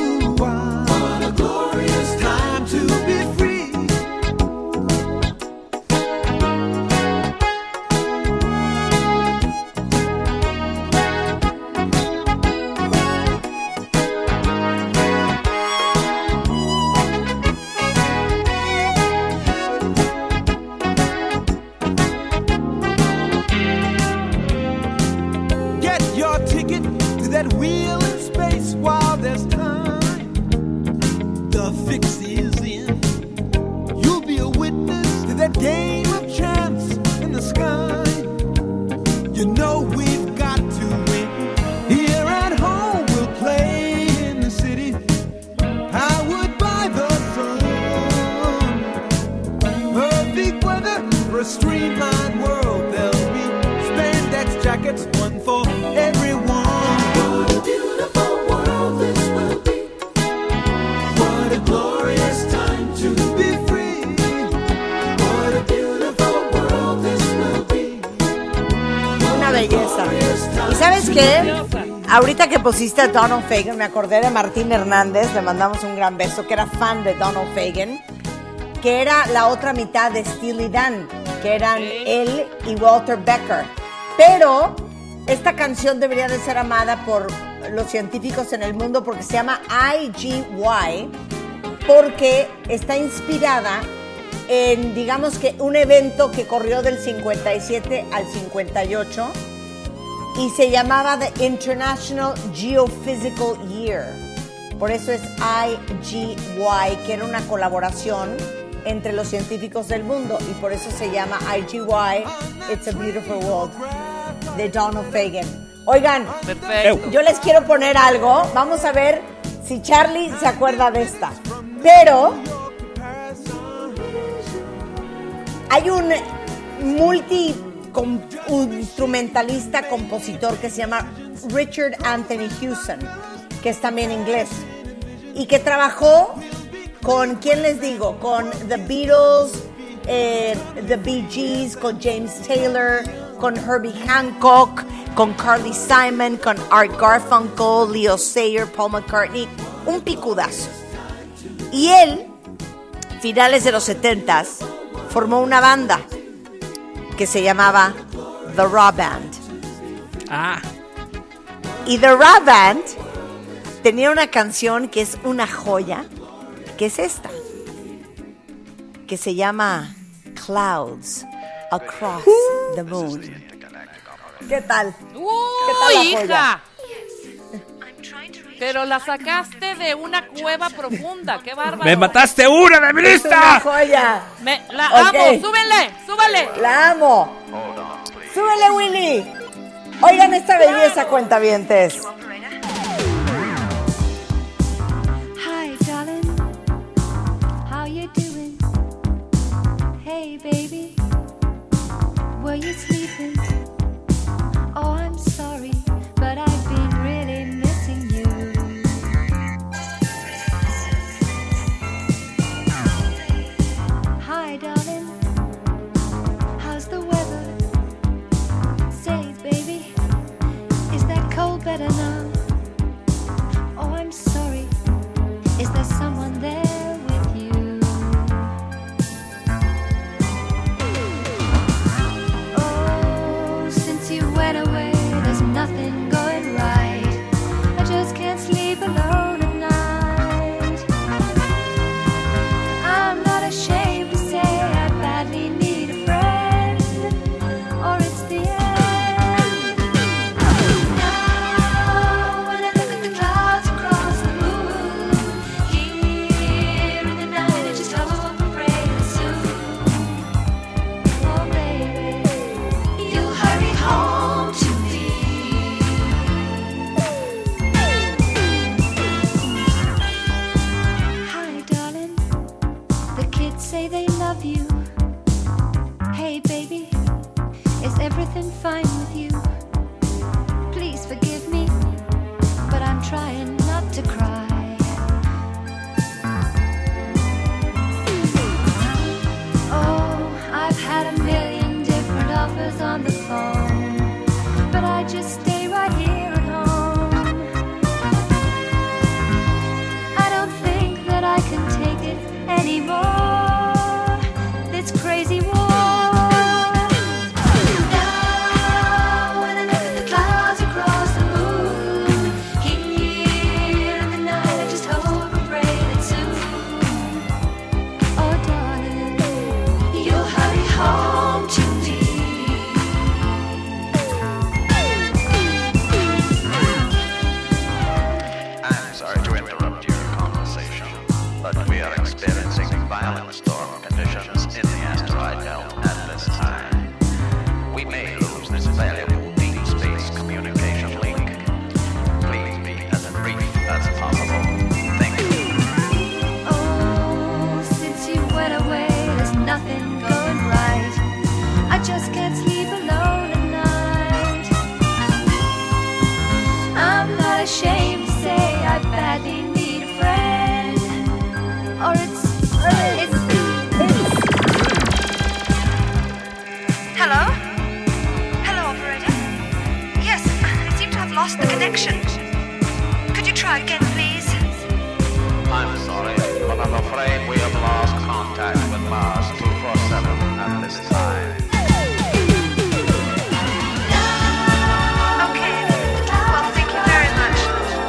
Ahorita que pusiste a Donald Fagen, me acordé de Martín Hernández, le mandamos un gran beso, que era fan de Donald Fagen, que era la otra mitad de Steely Dan, que eran él y Walter Becker. Pero esta canción debería de ser amada por los científicos en el mundo porque se llama IGY, porque está inspirada en, digamos que, un evento que corrió del 57 al 58, y se llamaba The International Geophysical Year. Por eso es IGY, que era una colaboración entre los científicos del mundo, y por eso se llama IGY, It's a Beautiful World, de Donald Fagen. Oigan, perfecto. Yo les quiero poner algo. Vamos a ver si Charlie se acuerda de esta. Pero hay un instrumentalista, compositor que se llama Richard Anthony Hewson, que es también inglés, y que trabajó con, ¿quién les digo? Con The Beatles, The Bee Gees, con James Taylor, con Herbie Hancock, con Carly Simon, con Art Garfunkel, Leo Sayer, Paul McCartney, un picudazo. Y él, finales de los 70s, formó una banda que se llamaba The Raw Band. Y The Raw Band tenía una canción que es una joya, que es esta, que se llama Clouds Across the Moon. ¿Qué tal? ¿Qué tal la joya? ¡Hija! Pero la sacaste de una cueva profunda, qué bárbaro. ¡Me mataste una de mi lista! Es una joya. La amo, súbele. La amo. Súbele, Willy. Oigan esta belleza, cuentavientes. Hi, darling. How you doing? Hey, baby. Were you sleeping? Oh, I'm sorry, but I've been really missing you. fine with you. Please forgive me, but I'm trying not to cry. Oh, I've had a million different offers on the phone, but I just stay right here at home. I don't think that I can take it anymore, this crazy war. Now when I look at the clouds across the moon, here in the night I just hope and pray that soon, oh darling, you'll hurry home to me. I'm sorry to interrupt your conversation, but we are experiencing violent storm conditions in the asteroid belt at this time. We may lose this valuable deep space communication link. Please be as brief as possible. Thank you. Oh, since you went away, there's nothing going right. I just can't sleep alone at night. I'm not ashamed to say I badly need a friend. Or it's Hello? Hello, operator? Yes, I seem to have lost the connection. Could you try again, please? I'm sorry, but I'm afraid we have lost contact with Mars 247 at this time. Okay. Well, thank you very much.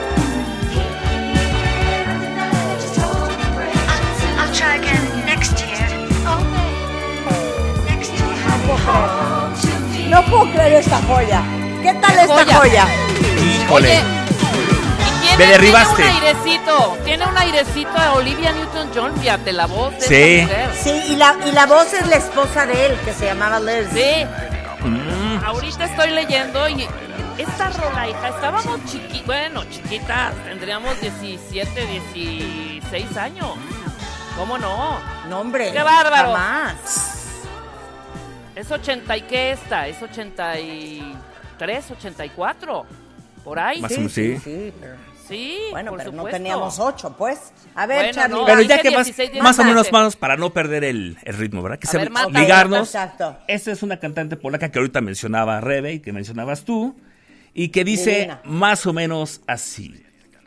I'll try again next year. Oh, next year. No puedo creer esta joya. ¿Qué tal ¿Qué esta joya? joya? Híjole. Oye, Me derribaste. Tiene un airecito a Olivia Newton-John, fíjate, la voz de Sí. esta mujer. Sí, y la voz es la esposa de él, que se llamaba Liz. Sí. Ahorita estoy leyendo y esta rola, hija, estábamos chiquitas, tendríamos 17, 16 años. ¿Cómo no? No, hombre. ¡Qué bárbaro! Jamás. ¿Es 80 y qué esta? ¿Es 83, 84? Por ahí. Más o menos, sí. Sí, pero... Sí, Bueno, por pero supuesto. no teníamos 8, pues. A ver, Bueno, Charlie. no, Pero ya dije que más 16, o menos 17. manos para no perder el ritmo, ¿verdad? Que A se ver, mátalo. ligarnos. Exacto. Esta es una cantante polaca que ahorita mencionaba Rebe y que mencionabas tú y que dice Divina. más o menos así.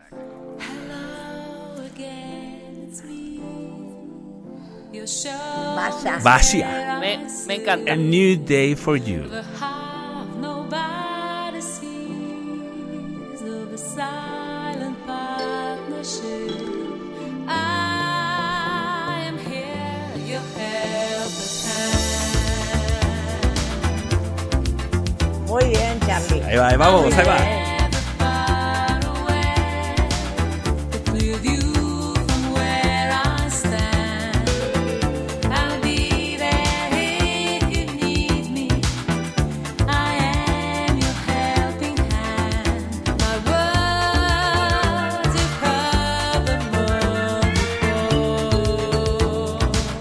Masha. Basia. Me encanta. A new day for you. Nobody sees of a silent partnership. I am here, your helpless hand. Muy bien, Charlie. Ahí va, ahí vamos, ahí va. Clear view from where I stand. I'll be there if you need me. I am your helping hand. My words you've heard them all before.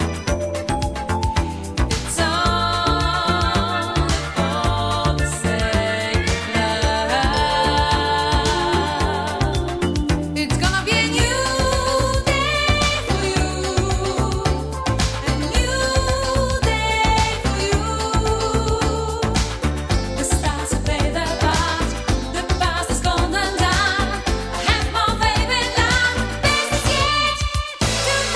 It's only for the sake of love. It's gonna be a new day for you, a new day for you. The stars have played their part, the past is gone and done. I have more faith in love, this is yet to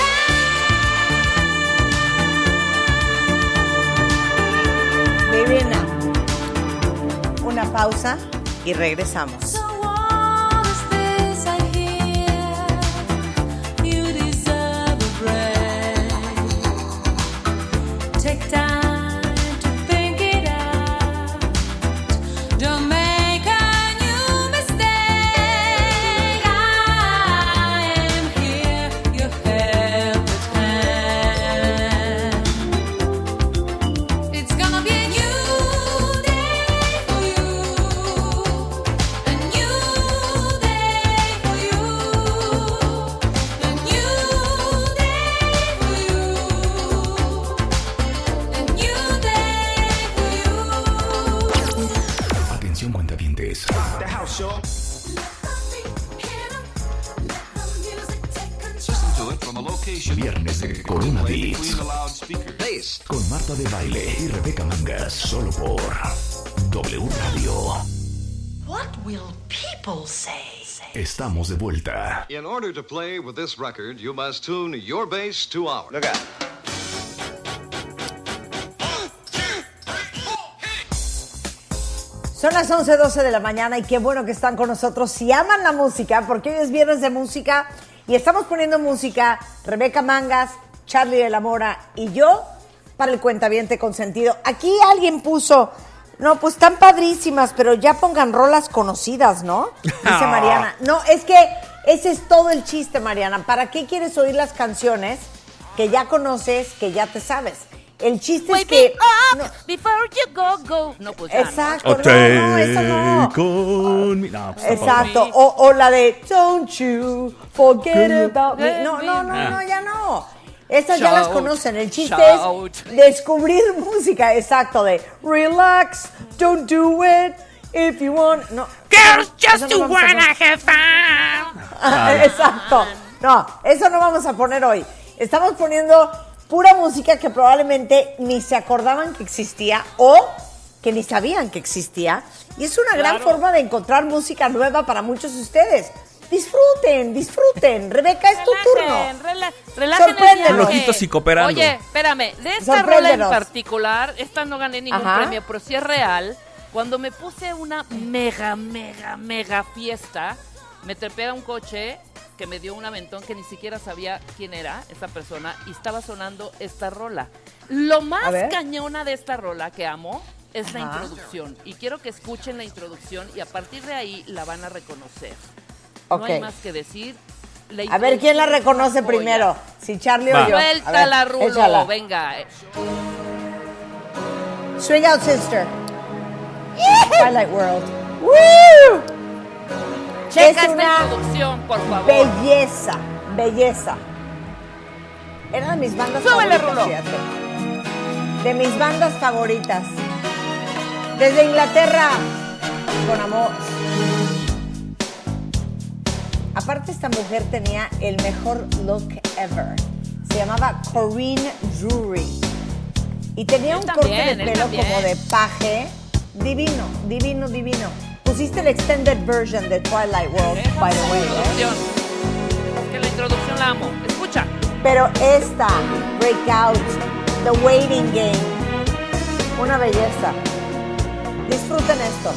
Divina. Una pausa y regresamos. So what is this I hear? You deserve a break. Take time to think it out. Don't make a new mistake. I am here, your helpless hand. It's gonna be a new day for you, a new show. Listen to it from a location Viernes de Corona midway Beats. between the loudspeakers. Bass. Con Marta de Baile y Rebeca Mangas. Solo por W Radio. What will people say? Estamos de vuelta. In order to play with this record, you must tune your bass to ours. Look out. Son las 11:12 de la mañana y qué bueno que están con nosotros. Si aman la música, porque hoy es viernes de música y estamos poniendo música, Rebeca Mangas, Charlie de la Mora y yo, para el cuentaviente consentido. Aquí alguien puso, no, pues están padrísimas, pero ya pongan rolas conocidas, ¿no? Dice Mariana. No, es que ese es todo el chiste, Mariana. ¿Para qué quieres oír las canciones que ya conoces, que ya te sabes? El chiste es que... Up before you go. No, pues ya, Exacto, ¿no? no, eso no. Con mi... No, pues tampoco. Exacto, o la de Don't you forget about me. No, ya no. Estas ya las Shout, conocen. El chiste shout. es descubrir música, exacto, de relax, don't do it if you want. No, Girls eso just no to vamos a wanna poner. have fun. Exacto. No, eso no vamos a poner hoy. Estamos poniendo pura música que probablemente ni se acordaban que existía o que ni sabían que existía. Y es una gran forma de encontrar música nueva para muchos de ustedes. Disfruten. Rebeca, es tu turno. Relájense. Sorpréndenos. Lojitos y cooperando. Oye, espérame, de esta rola en Sorpréndenos. particular, esta no gané ningún Ajá. premio, pero sí es real. Cuando me puse una mega fiesta, me trepé a un coche que me dio un aventón que ni siquiera sabía quién era esta persona y estaba sonando esta rola. Lo más A ver. cañona de esta rola que amo es la Ajá. introducción. Y quiero que escuchen la introducción y a partir de ahí la van a reconocer. Ok. No hay más que decir. A ver, ¿quién la reconoce Joya. primero? Si Charlie o yo. Suéltala, A ver, Rulo, échala. venga. Swing Out Sister. Twilight World. ¡Woo! Checa Es esta una introducción, por favor. Belleza. Era de mis bandas Súbele, favoritas, Rulo. fíjate. De mis bandas favoritas. Desde Inglaterra, con amor. Aparte, esta mujer tenía el mejor look ever. Se llamaba Corinne Drury. Y tenía Él un también, corte de él pelo también. como de paje. Divino. Pusiste la extended version de Twilight World, by the way, ¿eh? Introducción. Es que la introducción la amo. Escucha. Pero esta, Breakout, The Waiting Game, una belleza. Disfruten esto.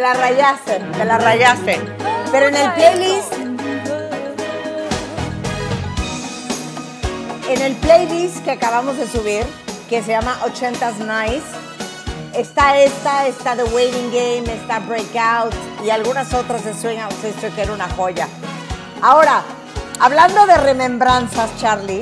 la rayaste, me la rayaste. Pero en el playlist que acabamos de subir, que se llama 80s Nice, está The Waiting Game, está Breakout y algunas otras de Swing Out Sister, que era una joya. Ahora, hablando de remembranzas, Charlie,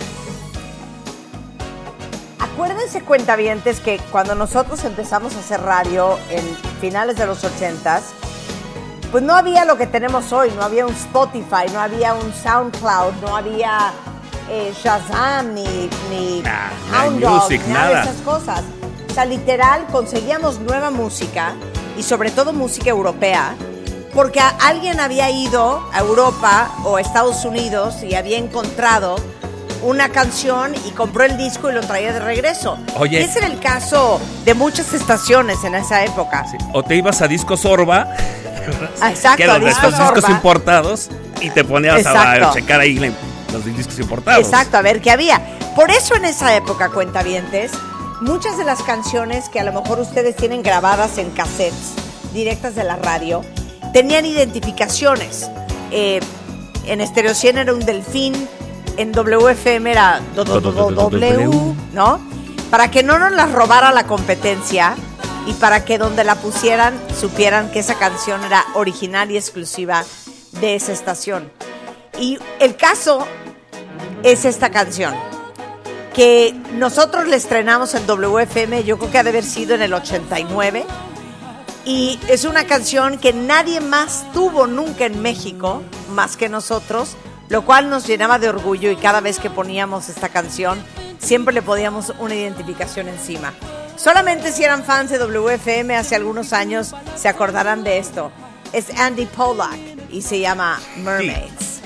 acuérdense, cuentavientes, que cuando nosotros empezamos a hacer radio en finales de los 80s, pues no había lo que tenemos hoy, no había un Spotify, no había un SoundCloud, no había Shazam, ni Hound Dog, Music, nada de nada. esas cosas. O sea, literal, conseguíamos nueva música, y sobre todo música europea, porque alguien había ido a Europa o a Estados Unidos y había encontrado una canción y compró el disco y lo traía de regreso. Oye. Y ese era el caso de muchas estaciones en esa época. O te ibas a Discos Orba, Exacto, que eran a estos Discos discos Orba. importados, y te ponías Exacto. a checar ahí los discos importados. Exacto, a ver qué había. Por eso en esa época, cuentavientes, muchas de las canciones que a lo mejor ustedes tienen grabadas en cassettes directas de la radio, tenían identificaciones. En Stereo 100 era un delfín, en WFM era W, ¿no? Para que no nos las robara la competencia y para que donde la pusieran supieran que esa canción era original y exclusiva de esa estación. Y el caso es esta canción, que nosotros la estrenamos en WFM, yo creo que ha de haber sido en el 89, y es una canción que nadie más tuvo nunca en México, más que nosotros, lo cual nos llenaba de orgullo, y cada vez que poníamos esta canción, siempre le poníamos una identificación encima. Solamente si eran fans de WFM hace algunos años se acordarán de esto. Es Andy Pollack y se llama Mermaids.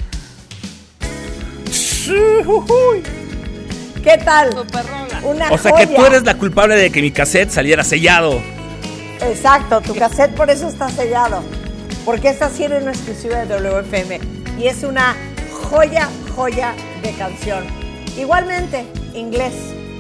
¿Qué tal? Una O sea que joya. tú eres la culpable de que mi cassette saliera sellado. Exacto, tu cassette por eso está sellado. Porque esta sí era una exclusiva de WFM. Y es una joya de canción. Igualmente, inglés.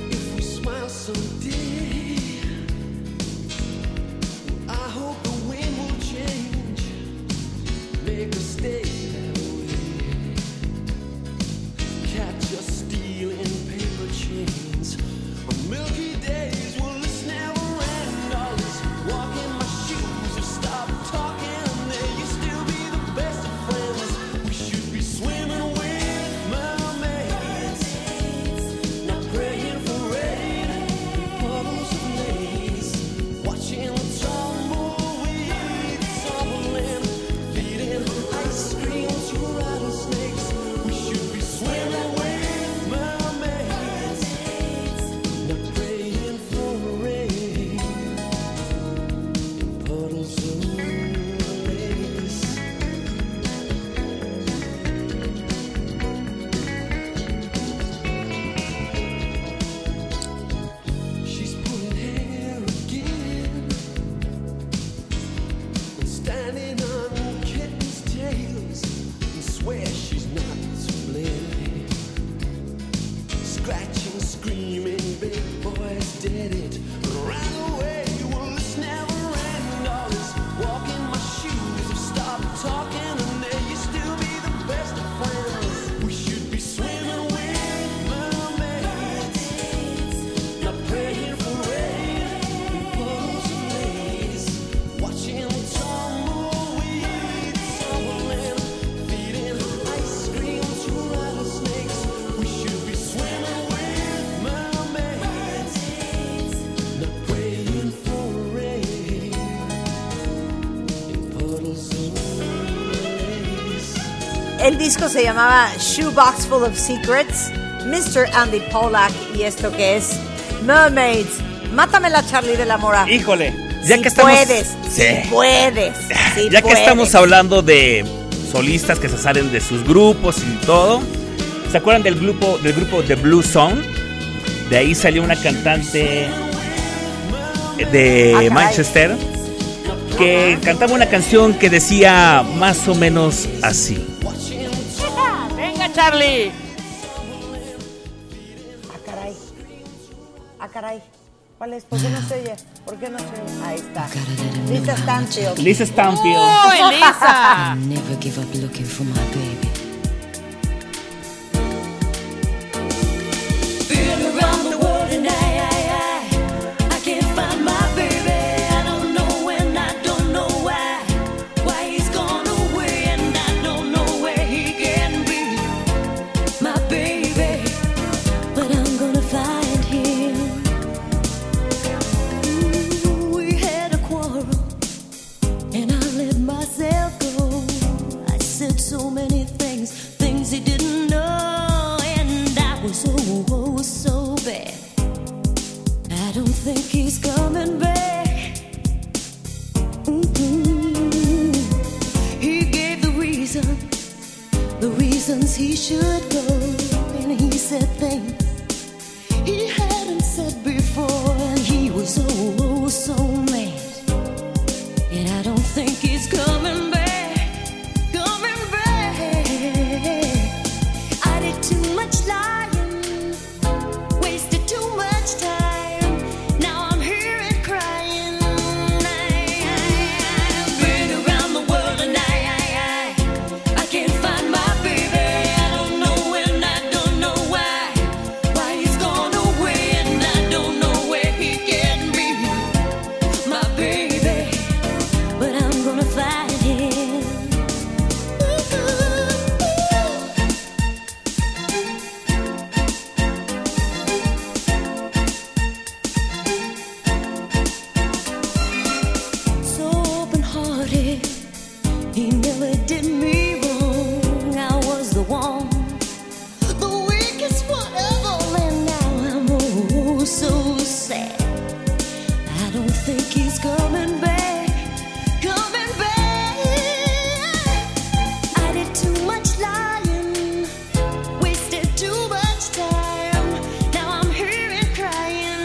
El disco se llamaba Shoebox Full of Secrets, Mr. Andy Pollack, y esto que es Mermaids. Mátamela, Charlie de la Mora. Híjole, ya Si que estamos... puedes, Sí. si puedes, si Ya que puedes. estamos hablando de solistas que se salen de sus grupos y todo, ¿se acuerdan del grupo The Blue Zone? De ahí salió una cantante de caray. Manchester que cantaba una canción que decía más o menos así. ¡Venga, Charlie! Ah, caray. ¿Cuál es? ¿Por qué no se oye? ¿Por qué no se oye? Ahí está. Lisa Stanfield. Lisa Stanfield. ¡Uy, Lisa! Never give up looking for my baby. Been around the world and I can't find my baby. I don't know when, I don't know why. Why he's gone away and I don't know where he can be. My baby, but I'm gonna find him. Ooh, we had a quarrel and I let myself go. I said so many things, things he didn't know, and I was oh so bad. I don't think he's coming back. He gave the reasons he should go, and he said things he hadn't said before, and he was oh so mad. And I don't think he's coming back, coming back. I did too much lying, wasted too much time. Now I'm here and crying. I've been around the world and I can't find my baby. I don't know when, I don't know why. Why he's gone away and I don't know where he can be. My baby, but I'm gonna find him. So open-hearted, he never did me wrong. I was the one, the weakest one ever, and now I'm oh so sad. I don't think he's coming back, coming back. I did too much lying, wasted too much time. Now I'm here and crying.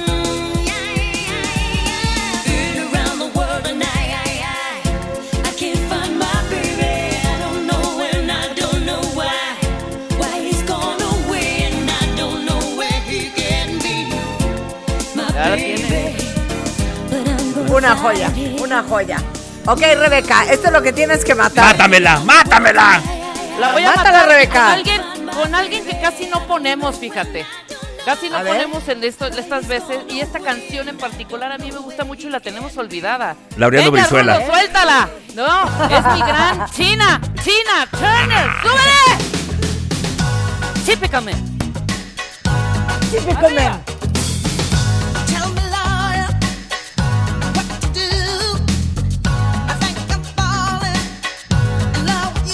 Been around the world and I can't find my baby. I don't know when, I don't know why. Why he's gone away and I don't know where he can be. My Ya la baby. tiene. Una joya, una joya. Ok, Rebeca, esto es lo que tienes que matar. ¡Mátamela! ¡Mátamela! La voy a Mátala, matar Rebeca. con alguien que casi no ponemos, fíjate. Casi no A ver. ponemos en estas veces. Y esta canción en particular a mí me gusta mucho y la tenemos olvidada. Laureano Venga, Brizuela. Rulo, suéltala. No, es mi gran Tina Turner. ¡Súbele! Típicame. Típicame. Tell me, Lord, what to do. I think I'm falling in love with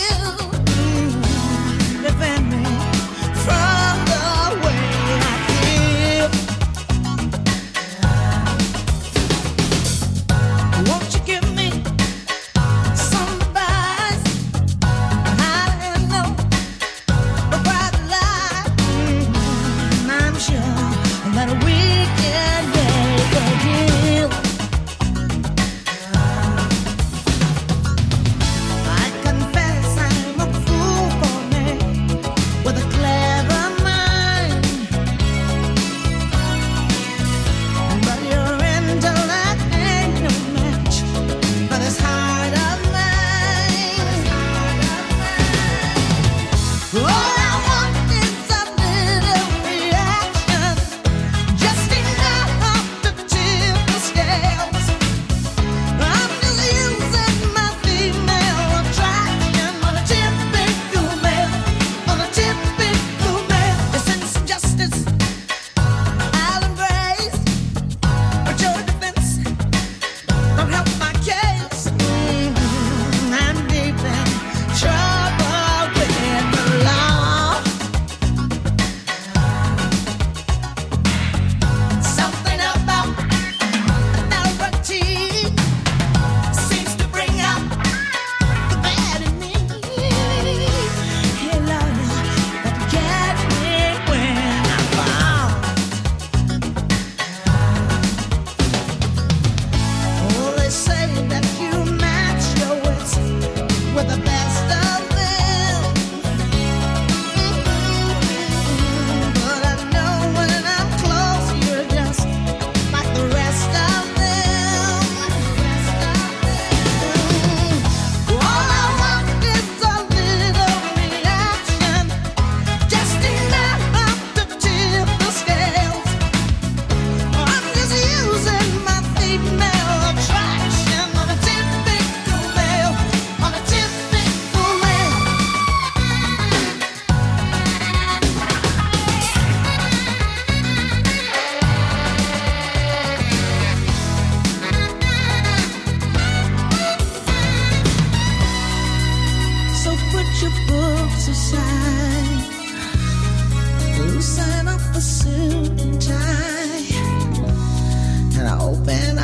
you. Defend me from the way I feel. Won't you give me some advice on how to handle a bright light? I'm sure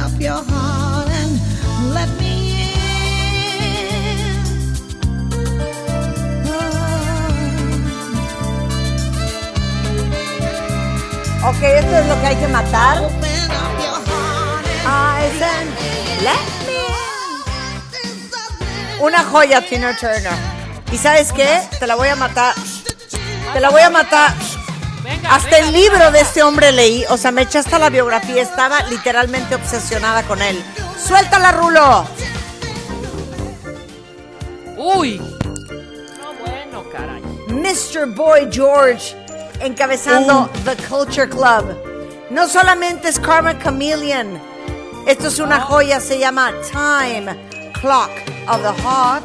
up your heart and let me in. Ok, esto es lo que hay que matar. Eyes and let me in. Una joya, Tina Turner. ¿Y sabes qué? Te la voy a matar. Te la voy a matar. Hasta el libro de este hombre leí. O sea, me eché hasta la biografía. Estaba literalmente obsesionada con él. ¡Suéltala, Rulo! Uy. No, bueno, caray. Mr. Boy George encabezando The Culture Club. No solamente es Karma Chameleon. Esto es una joya, se llama Time Clock of the Heart.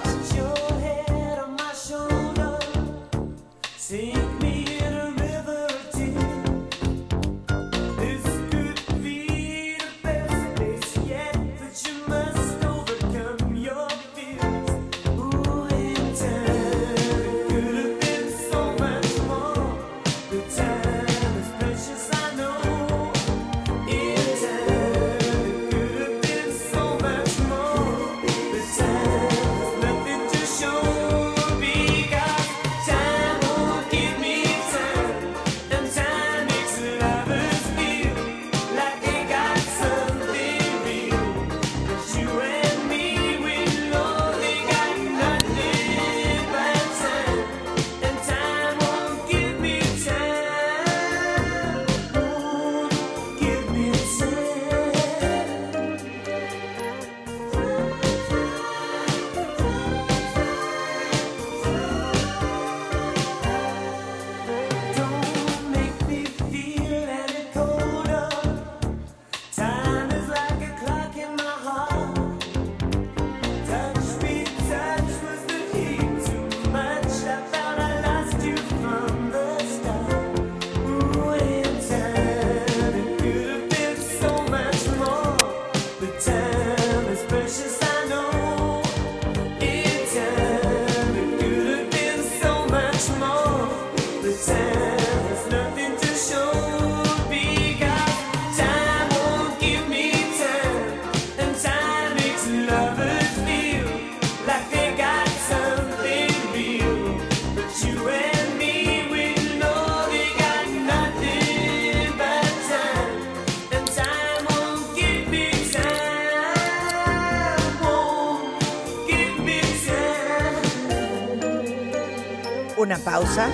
Una pausa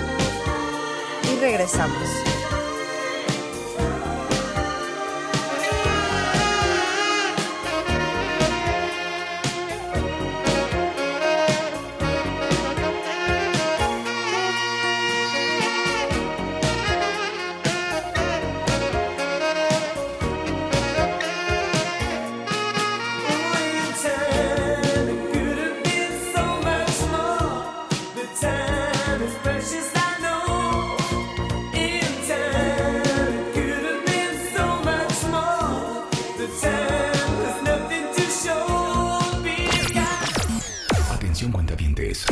y regresamos. Atención, cuentavientes.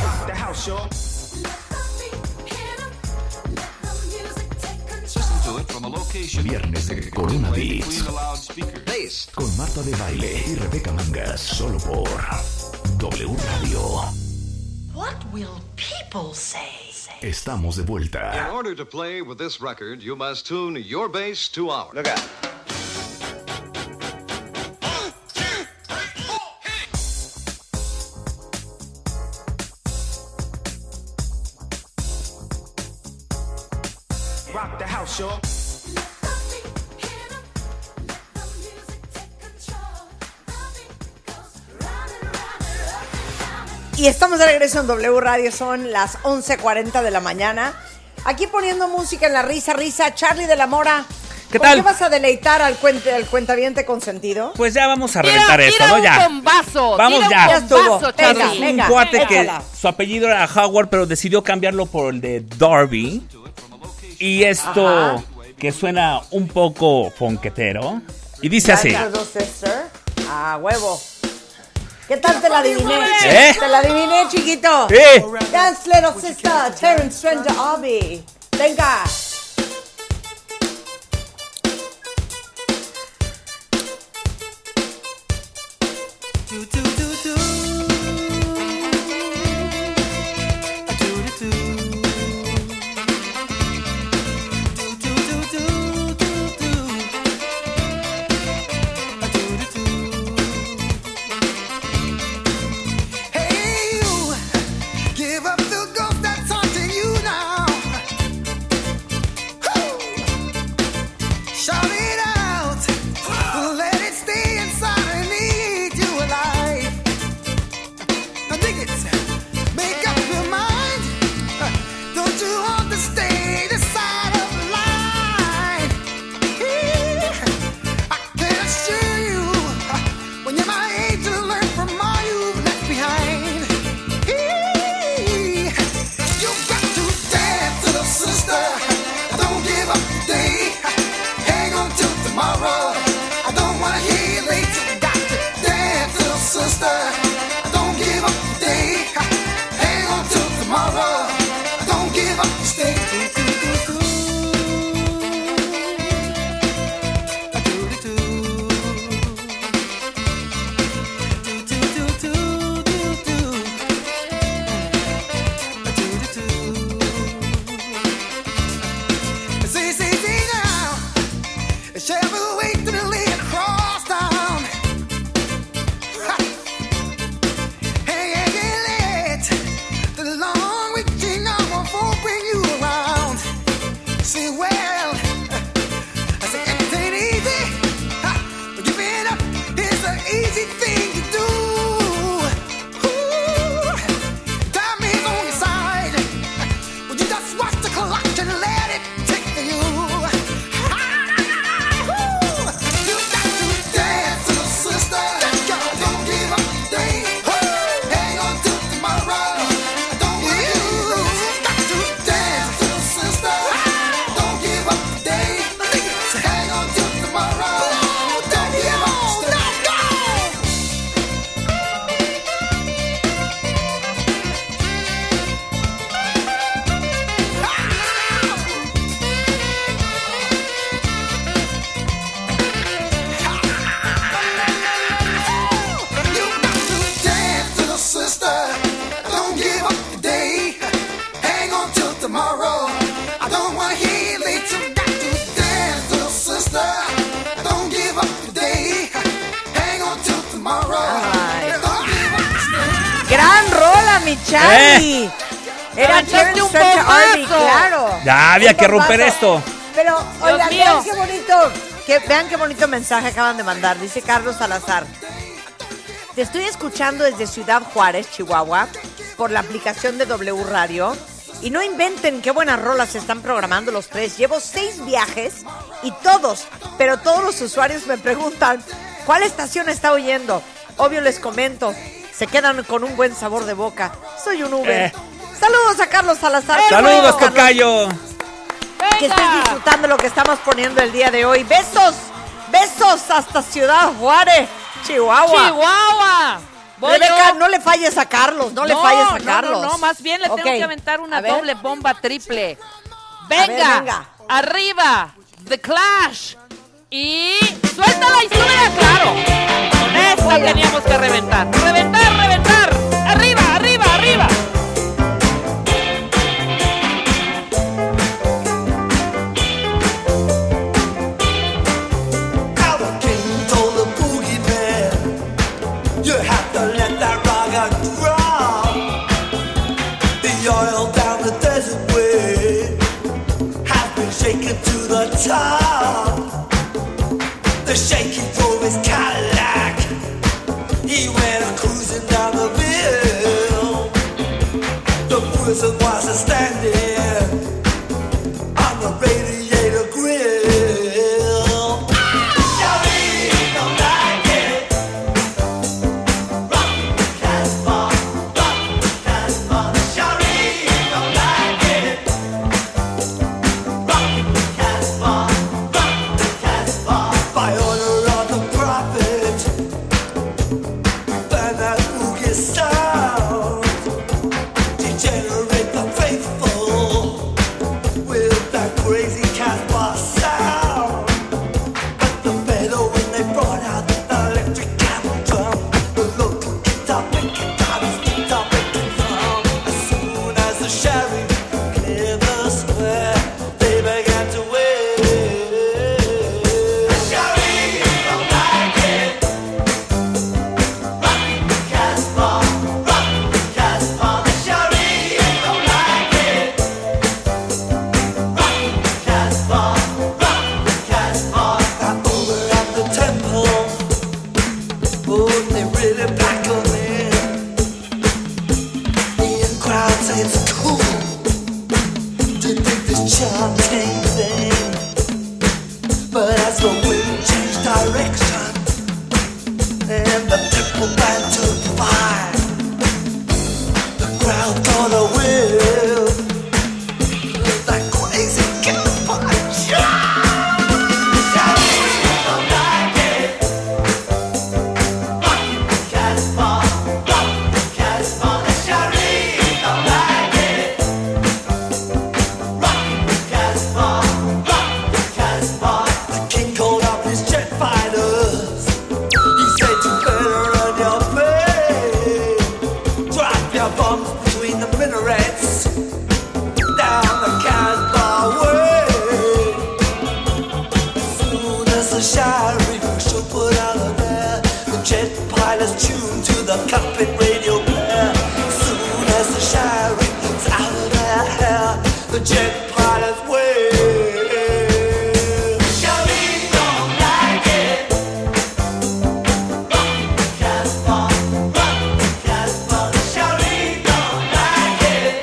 Listen to it from a location Viernes de Corona between Beats. the loudspeakers. Con Marta de Baile y Rebeca Mangas. Solo por W Radio. What will people say? Estamos de In vuelta. order to play with this record, you must tune your bass to ours. Look out. Rock the house, y'all. Y estamos de regreso en W Radio, son las 11:40 de la mañana. Aquí poniendo música en la risa. Charlie de la Mora. ¿Qué ¿Con tal? qué vas a deleitar al cuentaviente consentido? Pues ya vamos a reventar esto, ¿no? Ya. Un bombazo. Vamos tira ya. un Ya estuvo. bombazo, Charlie. Venga, Un cuate que échala. su apellido era Howard, pero decidió cambiarlo por el de Darby. Y esto Ajá. que suena un poco fonquetero. Y dice así. Little sister. A huevo. ¿Qué tal te la adiviné? ¿Eh? Te la adiviné, chiquito. Sí. Dance, little sister. Terence Trent D'Arby. Venga. Hey, you, give up the ghost that's haunting you now. Shout it out, let it stay inside and eat you alive. Now dig it, make up your mind. Don't you want to stay this side of the line? I can assure you, when you're my age, you'll learn from all you've left behind. You've got to dance, little sister. Don't give up today. Hang on till tomorrow. I don't wanna hear you late. You got to dance, little sister. Don't give up today. Hang on till tomorrow. Don't give up, stay. See now. Shall we wait till the lane cross down? Hey, late. The long reaching arm won't bring you around. See, well, I say it ain't easy. But giving up is an easy thing to do. Ooh, time is on your side. Would you just watch the clock and let it tick for you? You got to dance, little sister. Don't give up today. Hang on till tomorrow. Don't you got to dance, little sister. Don't give up today. Hang on till tomorrow. Don't give up, stay. You got to dance, little sister. Don't give up today. Hang on till tomorrow. I don't wanna hear you late. You got to dance, little sister. Don't give up today. Hang on till tomorrow. Don't give up, stay. Gran rola, mi Charlie. Era Aventaste Terence un Spencer Army, bombazo. claro. Ya había Un que romper bombazo. esto. Pero, oigan, mío. vean qué bonito, vean qué bonito mensaje acaban de mandar. Dice Carlos Salazar. Te estoy escuchando desde Ciudad Juárez, Chihuahua, por la aplicación de W Radio. Y no inventen qué buenas rolas se están programando los tres. Llevo 6 viajes y todos, pero todos los usuarios me preguntan, ¿cuál estación está oyendo? Obvio les comento, se quedan con un buen sabor de boca. Soy un Uber. Saludos a Carlos Salazar. Qué Saludos, bueno, Carlos, tocayo. que estoy disfrutando lo que estamos poniendo el día de hoy. Besos, besos hasta Ciudad Juárez, Chihuahua. ¡Chihuahua! Voy Rebeca, yo. no le falles a Carlos, no le falles a Carlos. No, más bien le Ok, tengo que aventar una a ver. doble bomba triple. ver, Venga, venga. arriba, The Clash. Y suéltala y súbela, claro. Con esta teníamos que reventar. Reventar, reventar. Arriba, arriba, arriba. Our king told the boogeyman, you have to let that rock drop. The oil down the desert way has been shaken to the top. The shaky drove his Cadillac. He went cruising down the hill. The prison was standing on the radiator grill. Shawty don't like it. Rock the Casbah, rock the Casbah. Shawty don't like it. Rock the Casbah, rock the Casbah. By order of the prophet, burn that boogie sound. Degenerate the faithful with that crazy Casbah sound. But the better when they brought out the electric cattle drum, the look Oh, they really pack 'em in. The in crowd say it's cool to think this chanting thing. But as the wind changed direction and the people began to fire, the crowd caught a whiff. That crazy campfire. The king called up his jet fighters. He said you better run your play. Drop your bombs between the minarets down the Casbah way. As soon as the sheriff should put out of there, the jet pilots tuned to the cockpit radio player. As soon as the sheriff's out of their hair, the jet pilots wave. Sheriff don't like it. Casbah, Casbah, the sheriff don't like it.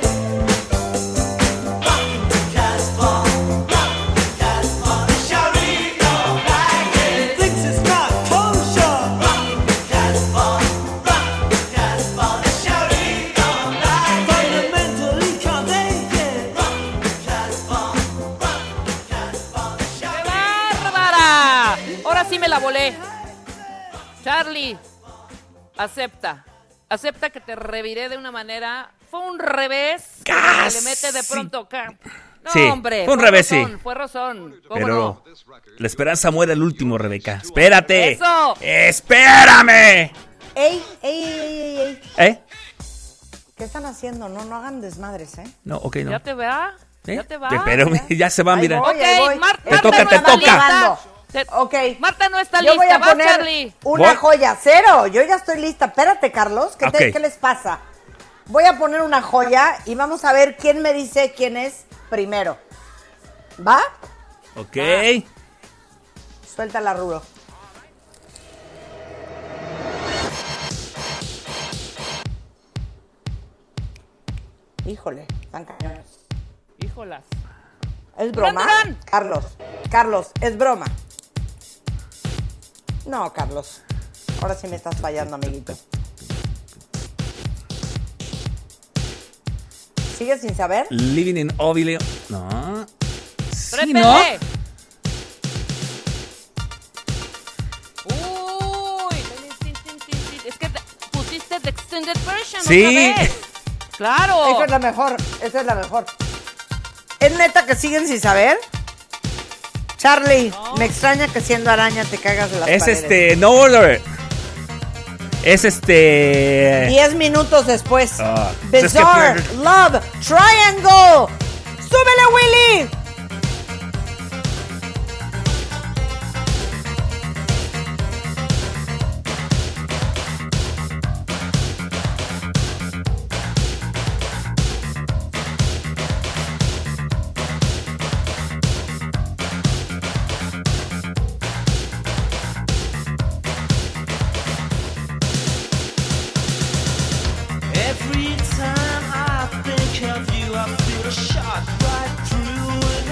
Casbah, Casbah, the sheriff don't like it. Thinks it's not kosher. Casbah, Casbah, the sheriff don't like it. Fundamentally can't take it. Casbah, Casbah, the sheriff. ¡Bárbara! Ahora sí me la volé. Charlie, acepta. Acepta que te reviré de una manera. Fue un revés. Que le mete de pronto. No, Sí, hombre. fue un revés, sí. Fue razón. ¿Cómo Pero no? la esperanza muere al último, Rebeca. ¡Espérate! ¡Eso! ¡Espérame! ¡Ey! ¿Eh? ¿Qué están haciendo? No hagan desmadres, ¿eh? No, ok, no. ¿Ya te va? ¿Eh? ¿Ya te va? Pero ya se va, Ahí mira. voy, Ok, ahí voy. Marta Te toca, no te está toca. lista. Ok. Marta no está Yo voy lista. a Vas, poner Charlie. una Voy. joya. Cero. Yo ya estoy lista. Espérate, Carlos. Ok. ¿Qué les pasa? Voy a poner una joya y vamos a ver quién me dice quién es primero. ¿Va? Ok. Suéltala, Ruro. Híjole, están cañones. Híjolas. ¿Es broma? Durán. Carlos, es broma. No, Carlos. Ahora sí me estás fallando, amiguito. ¿Sigues sin saber? Living in Ovile. No. Sí, Trépele. ¿no? Uy. Es que pusiste the extended version Sí. otra vez. Claro. Esa es la mejor, esa es la mejor. ¿Es neta que siguen sin saber? Charlie, me extraña que siendo araña te cagas de las Es paredes. No Order. Es 10 minutos después. es que- Bizarre Love Triangle. ¡Súbele, Willy! Every time I think of you, I feel a shot right through it.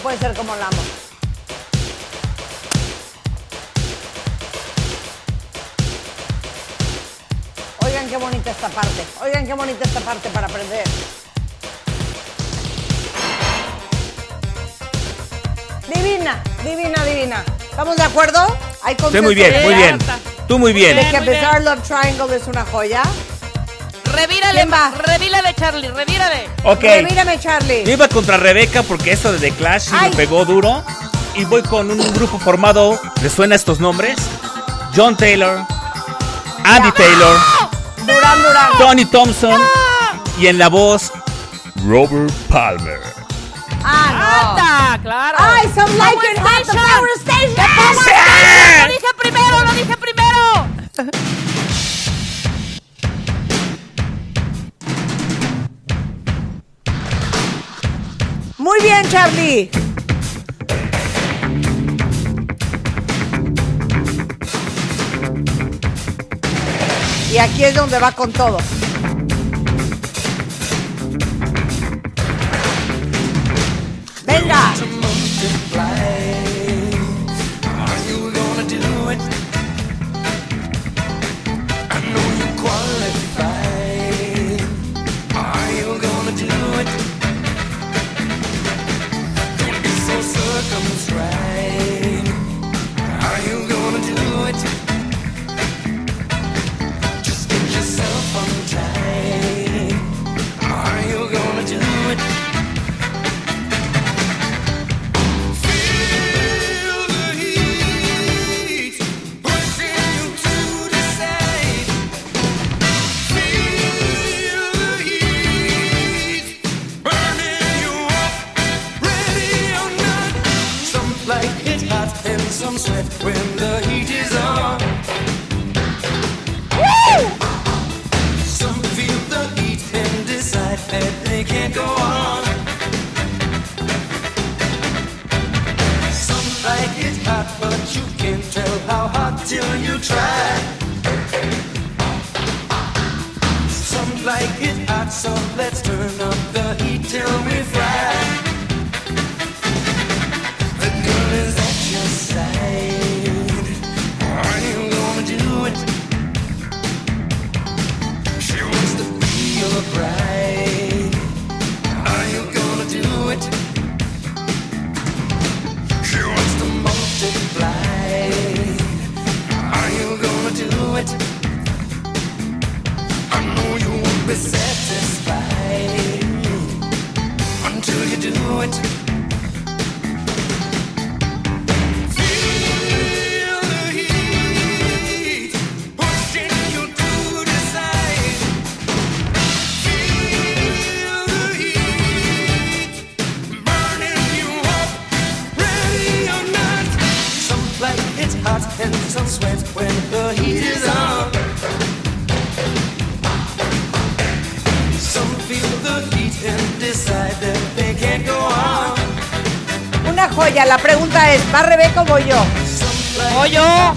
puede ser como la amo. Oigan qué bonita esta parte. Oigan qué bonita esta parte para aprender. Divina, divina, divina. ¿Estamos de acuerdo? ¿Hay Sí, muy bien, muy bien. Tú muy bien. De que Muy bien. Bizarre Love Triangle es una joya. Revírale, ¿Quién va? revírale, Charlie, revírale. Ok. Revírame, Charlie. Yo iba contra Rebeca porque esto de The Clash sí Ay. me pegó duro. Y voy con un grupo formado, ¿les suena estos nombres? John Taylor, Andy Taylor, Duran Duran. Tony Thompson y en la voz, Robert Palmer. ¡Anda! ¡Claro! ¡Ay, some like it hot, the Power Station! ¡The Power Station! ¡Lo dije primero, lo dije primero! Muy bien, Charlie. Y aquí es donde va con todo. Venga. Una joya. La pregunta es, ¿va Rebeca o voy yo? Voy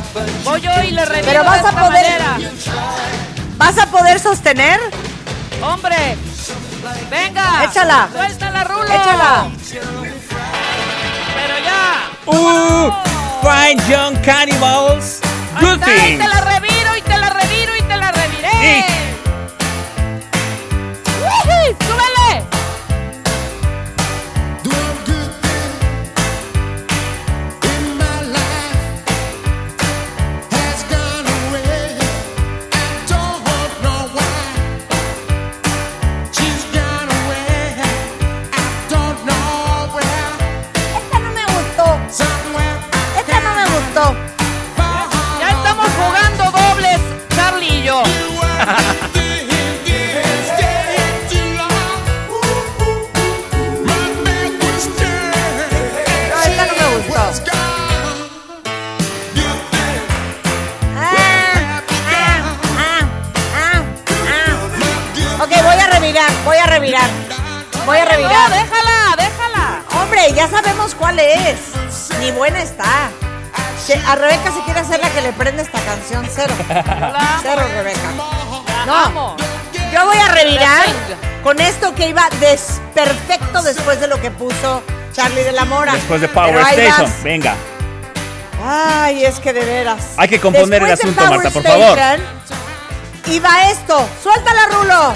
yo y le reviro Pero vas de a esta poder. manera. ¿Vas a poder sostener? ¡Hombre! ¡Venga! Échala. ¡Suéltala, Rulo! Échala. ¡Pero ya! Fine Young Cannibals, Good Ahí está, y Things. te la reviro, y te la reviro, y te la reviré. ¡Ujú! ¡Súbele! Esta no me gustó. Esta no me gustó. Ya estamos jugando dobles, Charlie y yo. No, esta no me gustó. Ok, voy a revirar. No, déjala. Hombre, ya sabemos cuál es. Ni buena está. A Rebeca se quiere hacer la que le prende esta canción. Cero. Cero, Rebeca. No. Yo voy a revirar con esto que iba desperfecto después de lo que puso Charlie. Charlie de la Mora. Después de Power Pero ahí Station, vas. venga. Ay, es que de veras. Hay que componer el Después de asunto, Power Marta, por favor. Station, y va esto. ¡Suéltala, Rulo!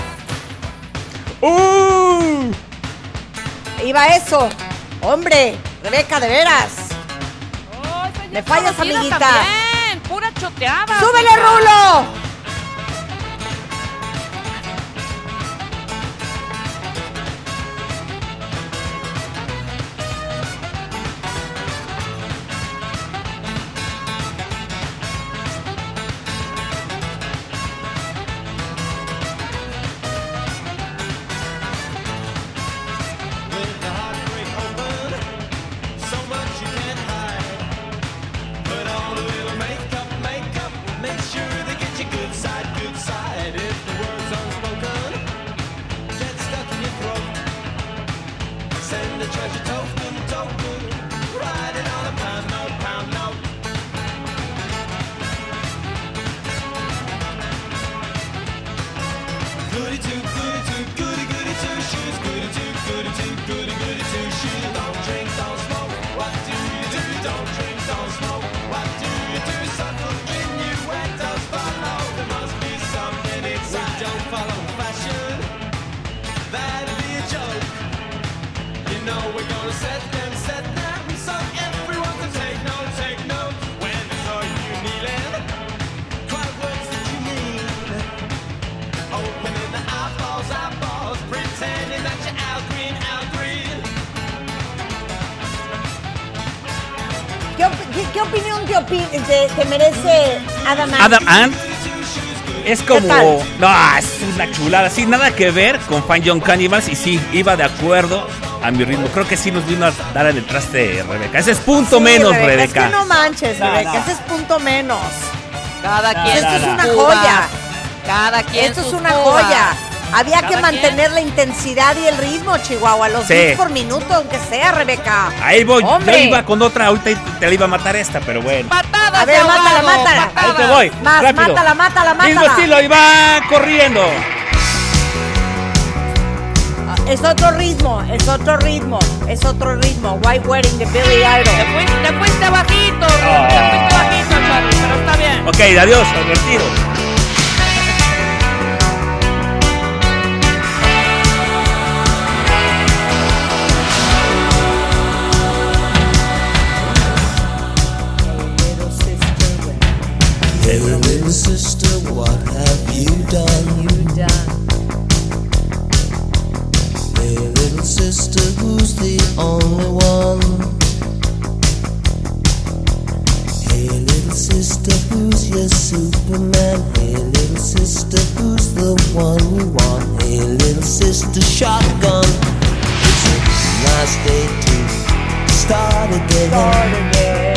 Y va eso. Hombre, Rebeca, de veras. Me fallas, conocida amiguita. también, pura choteada. ¡Súbele, hija. Rulo! ¿Qué opinión te merece Adam Ant? Adam Ant es como... tal? No, es una chulada. Sí, nada que ver con Fine Young Cannibals. Y sí, iba de acuerdo a mi ritmo. Creo que sí nos vino a dar en el traste Rebeca. Ese es punto Sí, menos, Rebeca. Rebeca. Es que no manches, No, Rebeca. no. Ese es punto menos. Cada quien. Esto es sus una cubas. joya. Cada quien. Esto es sus una cubas. joya. Había que Cada mantener la intensidad y el ritmo, Chihuahua. Los Sí. beats por minuto, aunque sea, Rebeca. Ahí voy. ¡Hombre! Yo iba con otra. Ahorita te la iba a matar esta, pero bueno. A ver, mátala. Ahí te voy. Más, rápido. mátala. Mismo estilo y va corriendo. Es otro ritmo. White Wedding de Billy Idol. Te fuiste bajito, Charlie, pero está bien. Ok, adiós, me retiro. Hey, little sister, what have you done? Hey, little sister, who's the only one? Hey, little sister, who's your Superman? Hey, little sister, who's the one you want? Hey, little sister, shotgun. It's a nice day to start again.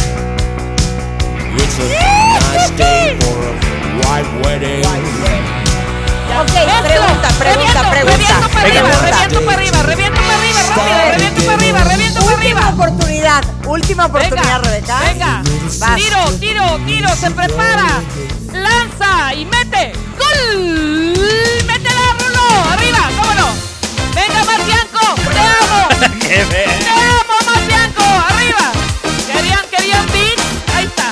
It's a nice day for a white wedding. Ok, pregunta. Reviento para arriba, rápido. Última oportunidad, Rebeca. Venga. Vas. Tiro, se prepara. Lanza y mete. ¡Gol! ¡Métela, Rulo! ¡Arriba! ¡Cómo no! ¡Venga, Marcianco! ¡Te amo! ¡Qué bien! ¡Te amo, Marcianco! ¡Arriba! ¿Querían beat? Ahí está.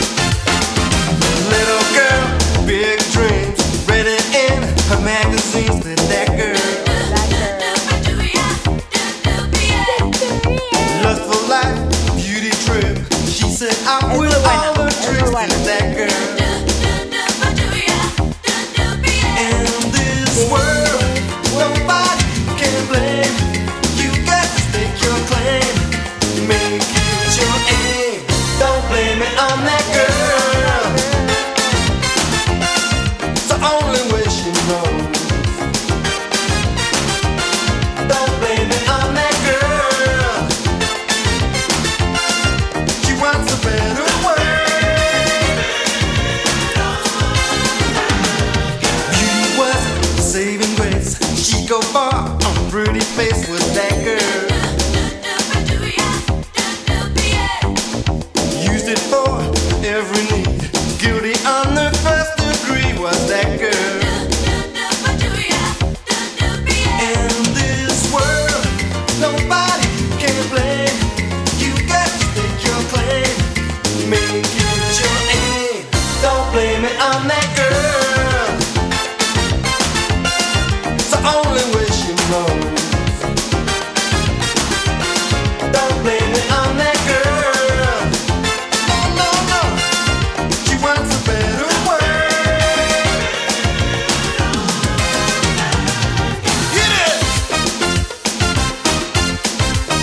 Little girl, big dreams, ready in her magazines with that girl. Lust for life, beauty trip. She said I will all the tricks with that girl. In this world, nobody can blame you. You got to stake your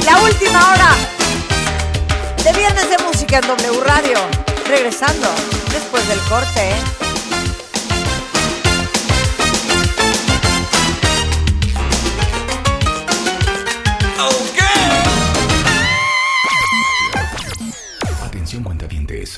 La última hora de Viernes de Música en W Radio. Regresando después del corte. Atención, cuentavientes.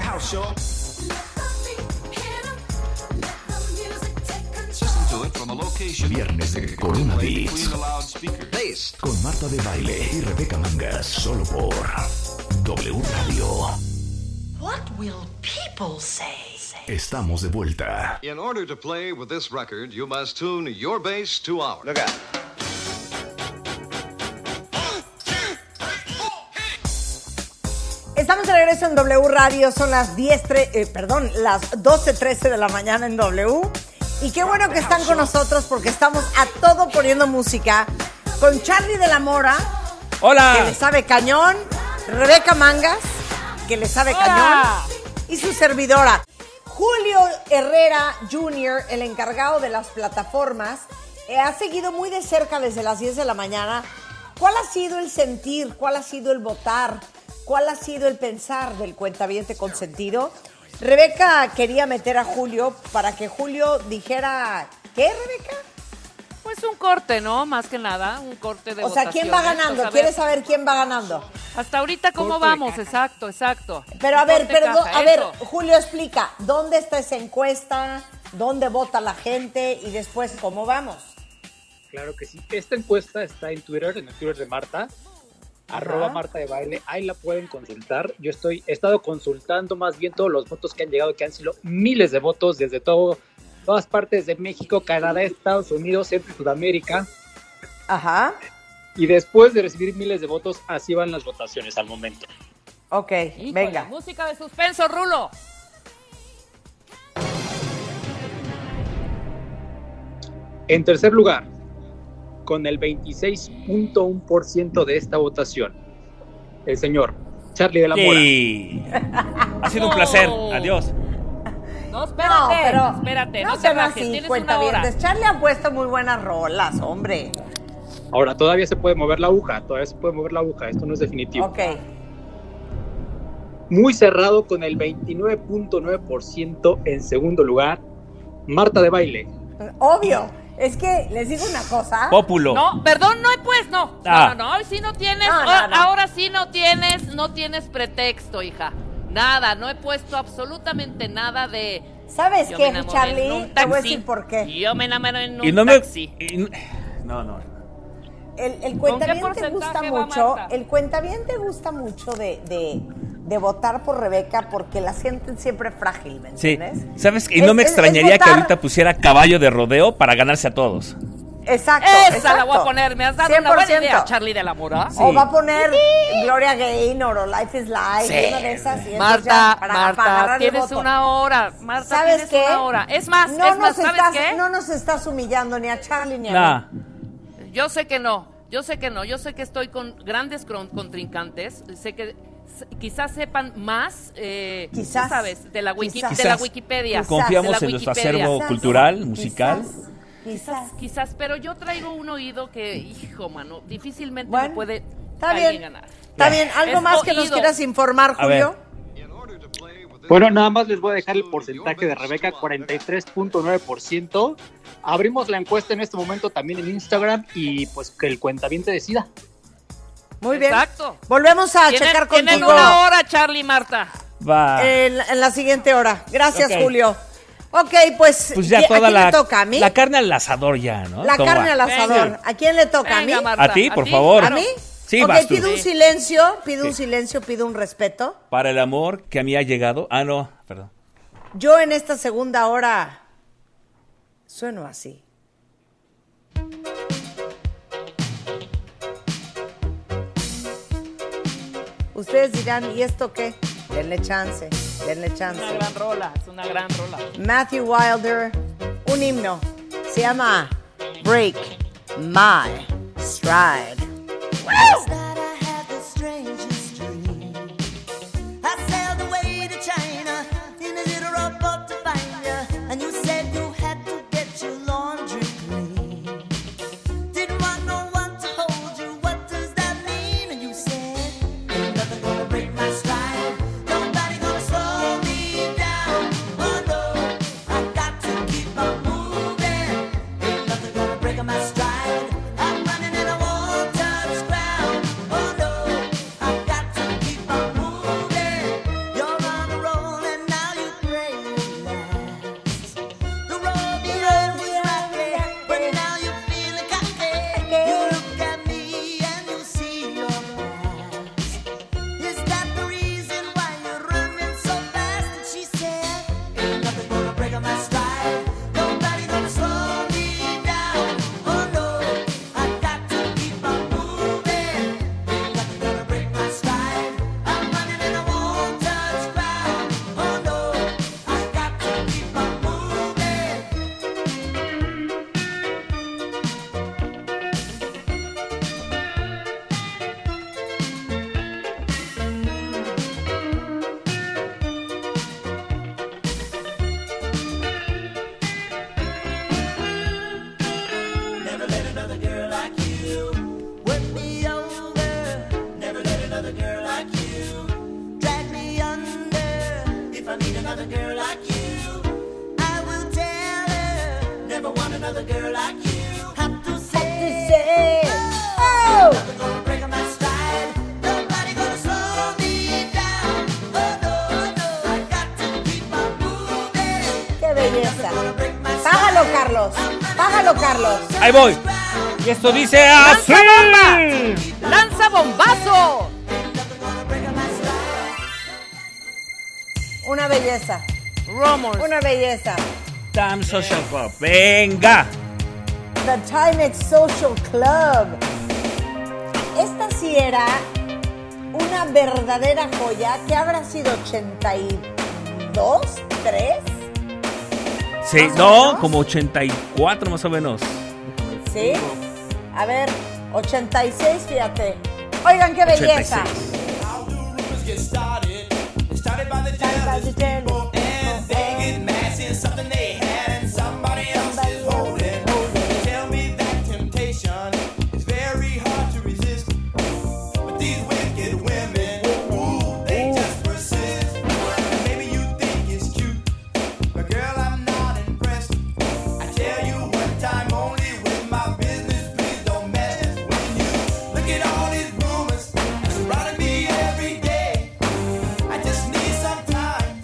Listen to it from a location Viernes de Corona between Beats. the loudspeakers. Con Marta de Baile y Rebeca Mangas. Solo por W Radio. What will people say? Estamos de vuelta. In order to play with this record, you must tune your bass to ours. Look out. Estamos de regreso en W Radio, son las 12:13 de la mañana en W. Y qué bueno que están con nosotros porque estamos a todo poniendo música con Charlie de la Mora, Hola. que le sabe cañón, Rebeca Mangas, que le sabe cañón, y su servidora. Julio Herrera Jr., el encargado de las plataformas, ha seguido muy de cerca desde las 10 de la mañana. ¿Cuál ha sido el sentir? ¿Cuál ha sido el votar? ¿Cuál ha sido el pensar del cuentaviente consentido? Rebeca quería meter a Julio para que Julio dijera... ¿Qué, Rebeca? Pues un corte, ¿no? Más que nada, un corte de O sea, ¿quién va votaciones. ganando? O sea, ¿Quieres saber quién va ganando? Hasta ahorita, ¿cómo Corte de vamos? caja. Exacto, exacto. Pero a Un ver, corte de perdón, caja, a ver, eso. Julio, explica, ¿dónde está esa encuesta? ¿Dónde vota la gente? Y después, ¿cómo vamos? Claro que sí. Esta encuesta está en Twitter, en el Twitter de Marta, @ Marta de Baile. Ahí la pueden consultar. He estado consultando más bien todos los votos que han llegado, que han sido miles de votos desde todas partes de México, Canadá, Estados Unidos, Centro y Sudamérica. Ajá. Y después de recibir miles de votos, así van las votaciones al momento. Ok, Híjole, venga. música de suspenso, Rulo. En tercer lugar, con el 26.1% de esta votación, el señor Charlie de la Mora. Sí. Ha sido un placer. Adiós. No, espérate, pero espérate, no no te sean rajes, así, tienes una hora. cuentavientes. Charlie ha puesto muy buenas rolas, hombre. Ahora, todavía se puede mover la aguja, esto no es definitivo. Ok. Muy cerrado con el 29.9% en segundo lugar, Marta de Baile. Obvio. Es que les digo una cosa. Pópulo. No, perdón, no, pues no. Ah. No, hoy sí no tienes, No, no. ahora sí no tienes pretexto, hija. Nada, no he puesto absolutamente nada de... ¿Sabes Yo qué, me enamoré en Charlie? un Te voy a taxi. decir por qué. Yo me enamoré en un Y no me. taxi. No. El cuentaviente porcentaje gusta va, mucho, Marta? el cuentaviente gusta mucho de votar por Rebeca porque la sienten siempre frágil, ¿me Sí. entiendes? ¿Sabes? Y no me Es extrañaría que votar- ahorita pusiera caballo de rodeo para ganarse a todos. Exacto, Esa exacto. la voy a poner, me has dado una buena 100%. idea, Charlie de la Mora. O va a poner Gloria Gaynor o Life is Life, Sí. una de esas. Y entonces Marta, ya, para Marta, agarrar el tienes voto. una hora. Marta, ¿Sabes tienes qué? una hora. Es más, nos ¿sabes estás, qué? no nos estás humillando ni a Charlie ni a Nah. mí. Yo sé que no. Yo sé que estoy con grandes contrincantes. Sé que quizás sepan más, Quizás. tú sabes, de la, Quizás. de la Wikipedia. Confiamos de la en nuestro Wikipedia. acervo cultural, musical. Quizás, pero yo traigo un oído que, hijo, mano, difícilmente Bueno, me puede está alguien bien. ganar. Está bien, ¿algo Es más que nos oído. quieras informar, A ver. Julio? Bueno, nada más les voy a dejar el porcentaje de Rebeca, 43.9%. Abrimos la encuesta en este momento también en Instagram y pues que el cuentaviente decida. Muy bien. Exacto. Volvemos a Tienen- checar tienen contigo una hora, Charlie y Marta. Va. en la siguiente hora. Gracias, Ok. Julio. Ok, pues, Pues ya ¿a toda quién la. le toca? ¿A mí? La carne al asador ya, ¿no? La ¿Cómo carne va? al asador. Venga. ¿A quién le toca? Venga, ¿A mí? Marta. A ti, por favor. ¿A mí? Sí, ok, vas tú. pido un Sí. silencio, pido un Sí. silencio, pido un respeto. Para el amor que a mí ha llegado. Ah, no, perdón. Yo en esta segunda hora sueno así. Ustedes dirán, ¿y esto qué? Denle chance, denle chance. Una gran rola, es una gran rola. Matthew Wilder, un himno. Se llama Break My Stride. Last night I had the strangest dream. I sailed away to China in a little rowboat to find you, and you said you had to get your laundry clean. Didn't want no one to hold you. What does that mean? girl like you have to say, Oh! nothing gonna break my stride. Nobody gonna slow me down. Oh no, no, I got to keep on moving. ¡Qué belleza! Págalo, Carlos. Págalo, Carlos. Ahí voy. Y esto dice así. ¡Lanza bomba! ¡Lanza bombazo! Una belleza. Rumors. Una belleza. Time Social Club. Venga. The Timex Social Club. Esta sí era una verdadera joya que habrá sido 82, 3. Sí, ¿Más o no, menos? como 84 más o menos. ¿Sí? A ver, 86, fíjate. Oigan, qué belleza. 86. Get started. It started by the jealous people, and they get mad since something they had and somebody else is holding. Tell me that temptation is very hard to resist, but these wicked women, ooh, they just persist. And maybe you think it's cute, but girl, I'm not impressed. I tell you one time only with my business, please don't mess. When you look at all these rumors surrounding me every day, I just need some time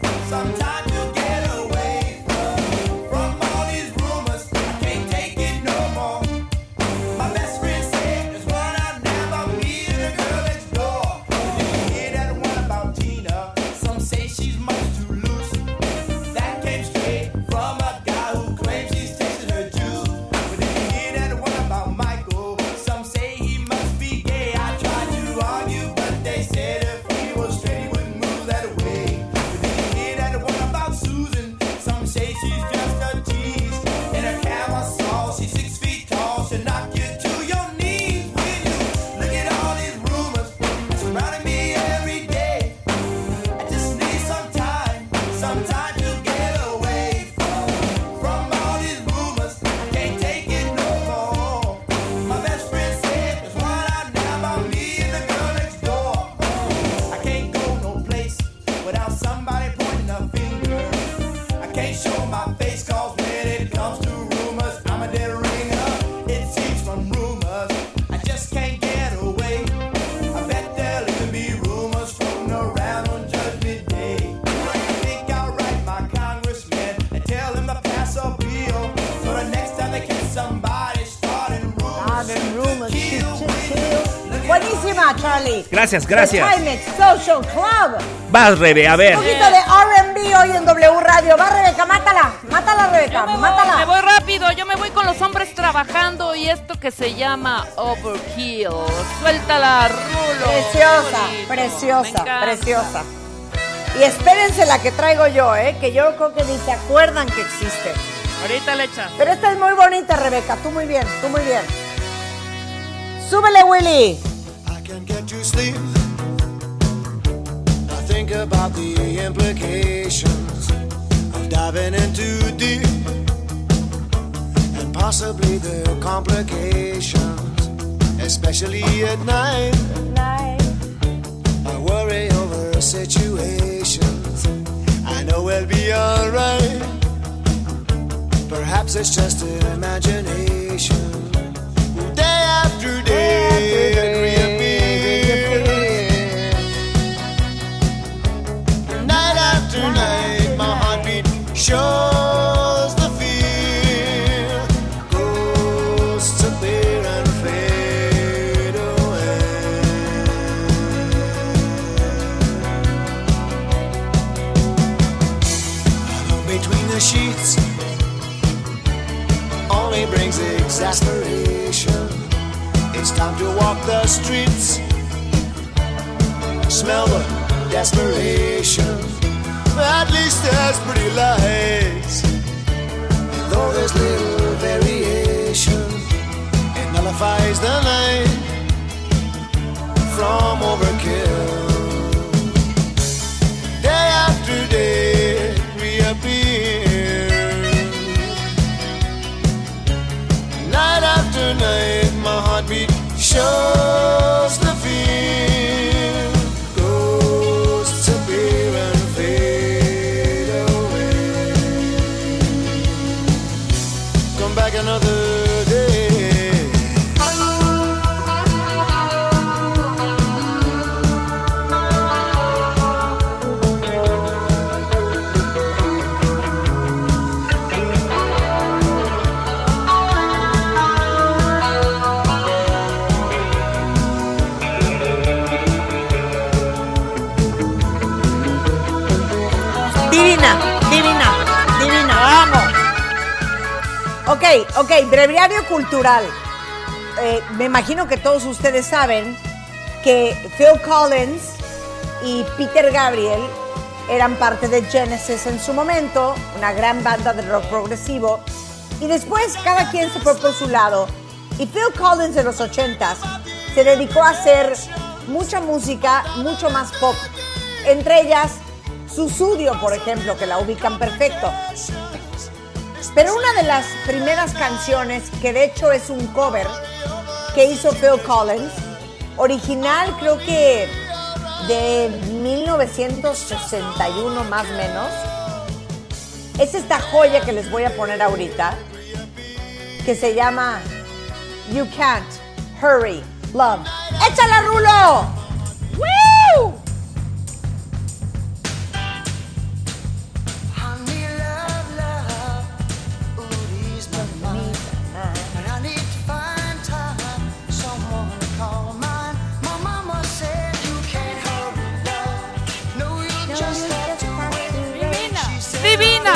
to get away from all these rumors. I can't take it no more. My best friend said there's one out now about me and the girl next door. Did you hear that one about Tina? Some say she's much too loose. That came straight from a guy who claims she's tasted her juice. But did you hear that one about Michael? Some say he must be gay. I tried to argue, but they said if he was straight, he wouldn't move that way. But did you hear that one about Susan? Some say she's just a tease. In a camisole, she's 6 feet tall. She'll knock you to your knees when you look at all these rumors surrounding me every day. I just need some time to get away from all these rumors. I can't take it no more. My best friend said there's one out now about me and the girl next door. I can't go no place without somebody pointing a finger. I can't show my face cause when it comes to rumors, I'm a dead ringer. It seems from rumors, I just can't get away. I bet there'll even be rumors floating around on Judgment Day. I think I'll write my congressman and tell him to pass a bill, so the next time they catch somebody starting rumors, Buenísima, Charlie. Gracias, The gracias. Timex Social Club. Vas, Rebe, a ver. Un poquito de R&B hoy en W Radio. Va, Rebeca, mátala. Mátala, Rebeca, Me mátala. voy rápido, yo me voy con los hombres trabajando y esto que se llama Overkill. Suéltala, Rulo. Preciosa, Bonito, me preciosa, encanta. preciosa. Y espérense la que traigo yo, que yo creo que ni se acuerdan que existe. Ahorita le echas. Pero esta es muy bonita, Rebeca. Tú muy bien, tú muy bien. Súbele, Willy. I can't get to sleep. I think about the implications of diving in too deep, and possibly the complications, especially at night. I worry over situations. I know we'll be alright. Perhaps it's just an imagination. Day after day, it reappears. Night after night, my heartbeat shows the fear. Ghosts appear and fade away. Alone between the sheets only brings exasperation. It's time to walk the streets, smell the desperation. At least there's pretty lights, and though there's little variation, it nullifies the night from overkill. Day after day reappears. Night after night, my heartbeat shows the fear. Ghosts appear and fade away. Come back another Divina. Vamos. Ok, breviario cultural. Me imagino que todos ustedes saben que Phil Collins y Peter Gabriel eran parte de Genesis en su momento, una gran banda de rock progresivo, y después cada quien se fue por su lado. Y Phil Collins de los 80s se dedicó a hacer mucha música, mucho más pop. Entre ellas, Sussudio, por ejemplo, que la ubican perfecto. Pero una de las primeras canciones, que de hecho es un cover, que hizo Phil Collins, original creo que de 1961 más o menos, es esta joya que les voy a poner ahorita, que se llama You Can't Hurry Love. ¡Échala, Rulo! ¡Woo! Divina.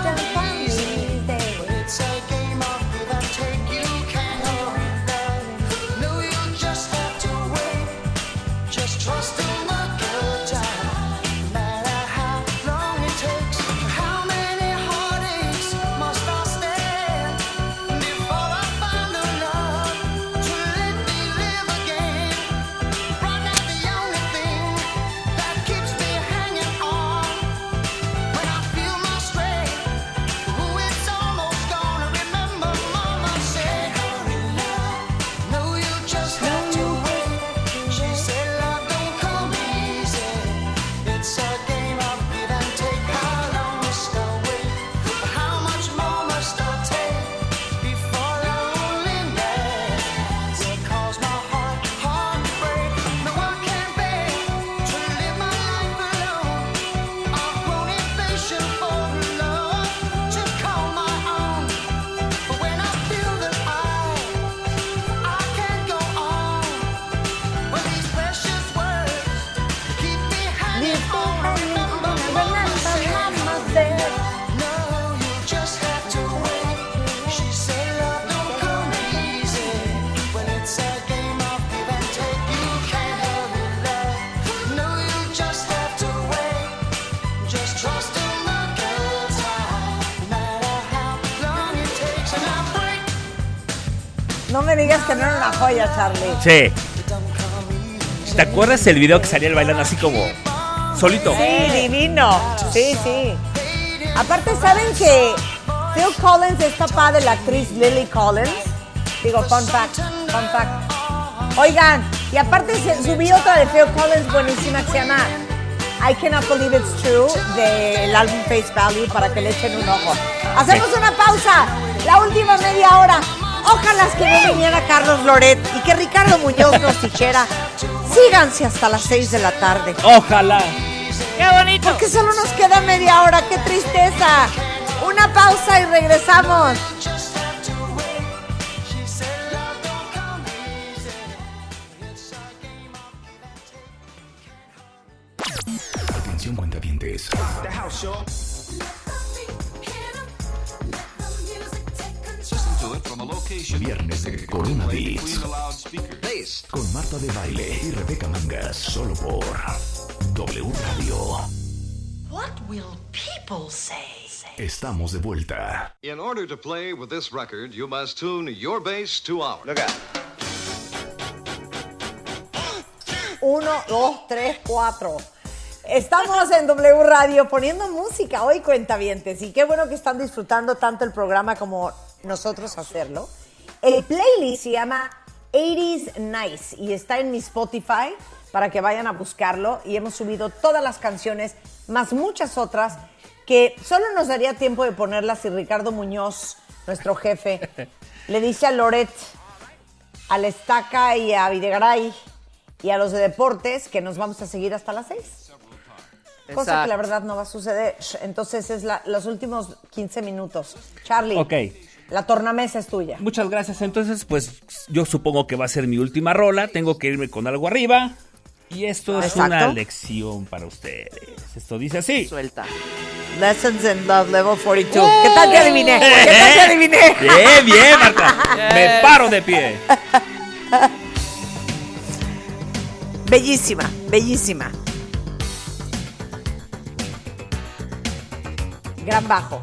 No me digas que no era una joya, Charlie. Sí. ¿Te acuerdas el video que salía el bailando así como solito? Sí, divino. Sí. Aparte, ¿saben que Phil Collins es papá de la actriz Lily Collins? Digo, fun fact. Oigan, y aparte subí otra de Phil Collins buenísima que se llama I Cannot Believe It's True, del álbum Face Value, para que le echen un ojo. Hacemos una pausa, la última media hora. Ojalá que no viniera Carlos Loret y que Ricardo Muñoz nos dijera, síganse hasta las 6 de la tarde. Ojalá. ¡Qué bonito! Porque solo nos queda media hora, qué tristeza. Una pausa y regresamos. Atención, cuentavientes. Viernes de Corona Beats. Con Marta de Baile y Rebeca Mangas. Solo por W Radio. What will people say? Estamos de vuelta. In order to play with this record, you must tune your bass to ours. Look out. 1, 2, 3, 4. Estamos en W Radio poniendo música hoy, cuentavientes, y qué bueno que están disfrutando tanto el programa como nosotros hacerlo. El playlist se llama 80s Nice y está en mi Spotify para que vayan a buscarlo, y hemos subido todas las canciones, más muchas otras que solo nos daría tiempo de ponerlas si Ricardo Muñoz, nuestro jefe, le dice a Loret, a la Estaca y a Videgaray y a los de deportes que nos vamos a seguir hasta las 6. Cosa Exacto. que la verdad no va a suceder. Entonces es los últimos 15 minutos. Charlie, Ok. la tornamesa es tuya. Muchas gracias. Entonces, pues yo supongo que va a ser mi última rola. Tengo que irme con algo arriba. Y esto es Exacto. una lección para ustedes. Esto dice así. Suelta. Lessons in Love, Level 42. ¿Qué tal te adiviné? ¿Qué tal te adiviné? Bien, bien, Marta. Me paro de pie. Bellísima, bellísima. Gran bajo.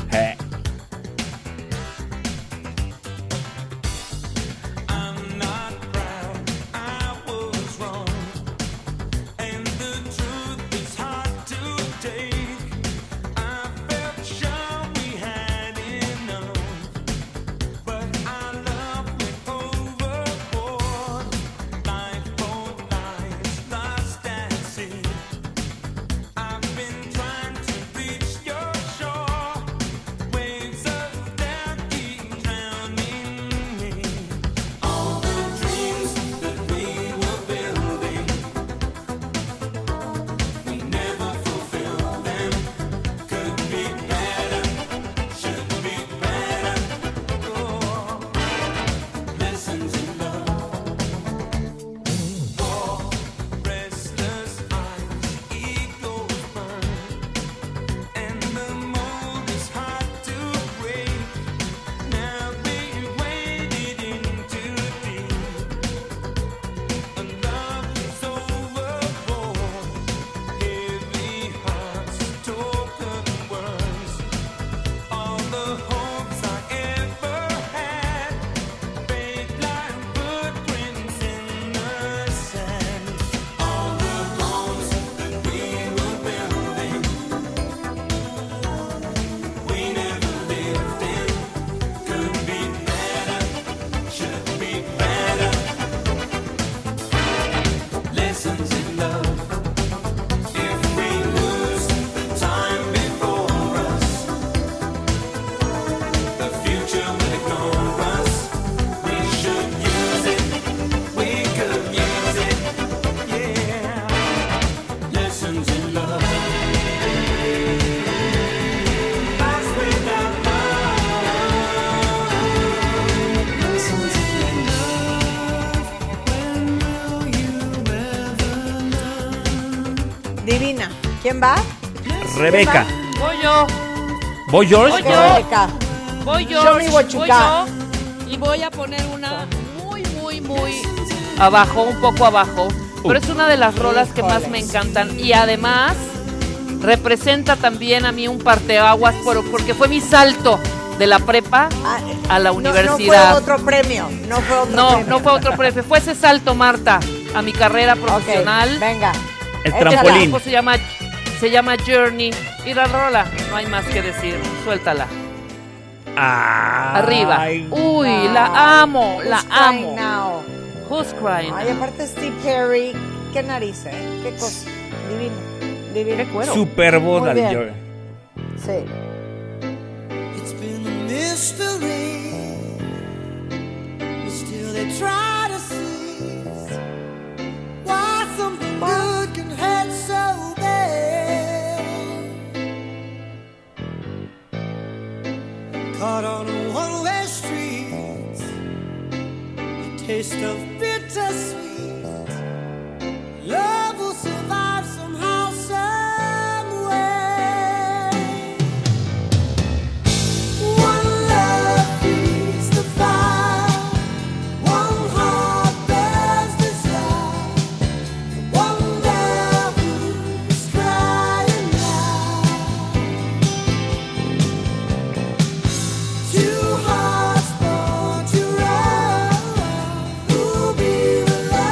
Divina. ¿Quién va? Rebeca. Voy yo. ¿Voy George? Voy yo. Rebeca. Voy yo. Show me what you Voy got. yo. Y voy a poner una muy abajo, un poco abajo. Pero es una de las rolas que más me encantan. Y además representa también a mí un parteaguas porque fue mi salto de la prepa a la universidad. No fue otro premio. No fue otro premio. No fue otro premio. Fue ese salto, Marta, a mi carrera profesional. Ok, venga. El El trampolín. grupo se llama Journey. Y la rola, no hay más que decir. Suéltala. Arriba. Uy, la amo, la amo. Now. Who's crying? Ay, aparte Steve Perry, qué nariz, ¿eh? Qué cosa. Divino. Divino. Qué cuero. Super voz Muy la de bien. George. Sí. It's been a mystery. But still they try to see why something good can hurt so bad. Caught on a one-way street, the taste of bittersweet. Love will survive somehow, some way. One love feeds the fire, one heart bears desire, one love who's crying now. Two hearts born to run, who'll be the love?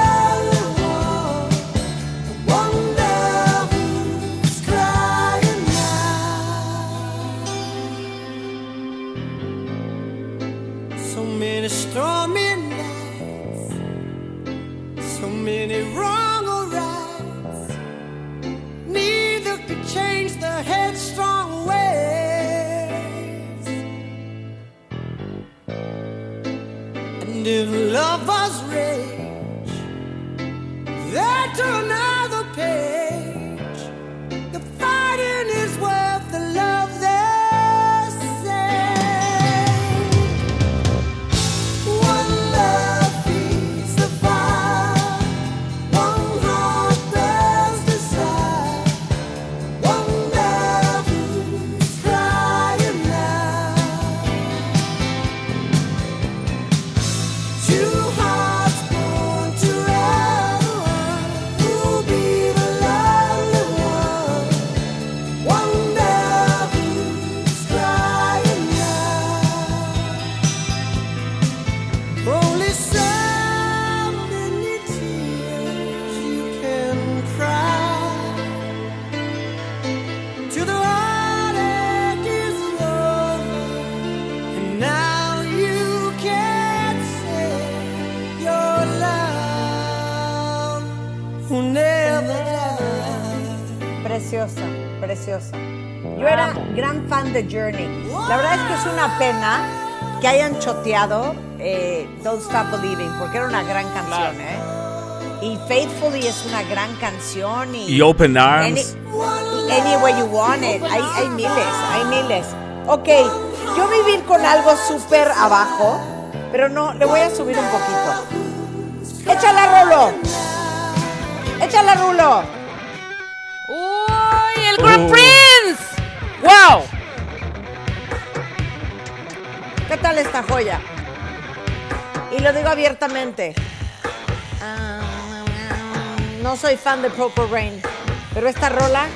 who never died. Preciosa, preciosa. Yo era gran fan de Journey. La verdad es que es una pena que hayan choteado Don't Stop Believing, porque era una gran canción, Y Faithfully es una gran canción. Y Open Arms. Any Way You Want It. Hay miles. Ok, yo vivir con algo súper abajo, pero no, le voy a subir un poquito. ¡Échala, Rulo! ¡Échala, Rulo! ¡Uy, el Grand Prince! ¡Wow! ¿Qué tal esta joya? Y lo digo abiertamente. No soy fan de Purple Rain, pero esta rola...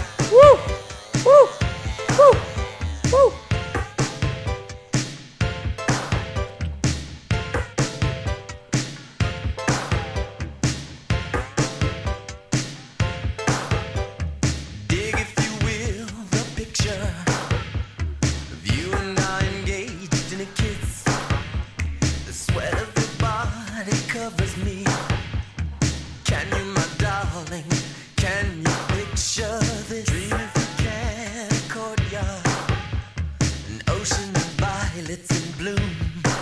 Dig, if you will, the picture of you and I engaged in a kiss. The sweat of your body covers me. Can you, my darling, can you picture this? Dream if you can, a courtyard, an ocean of violets in bloom.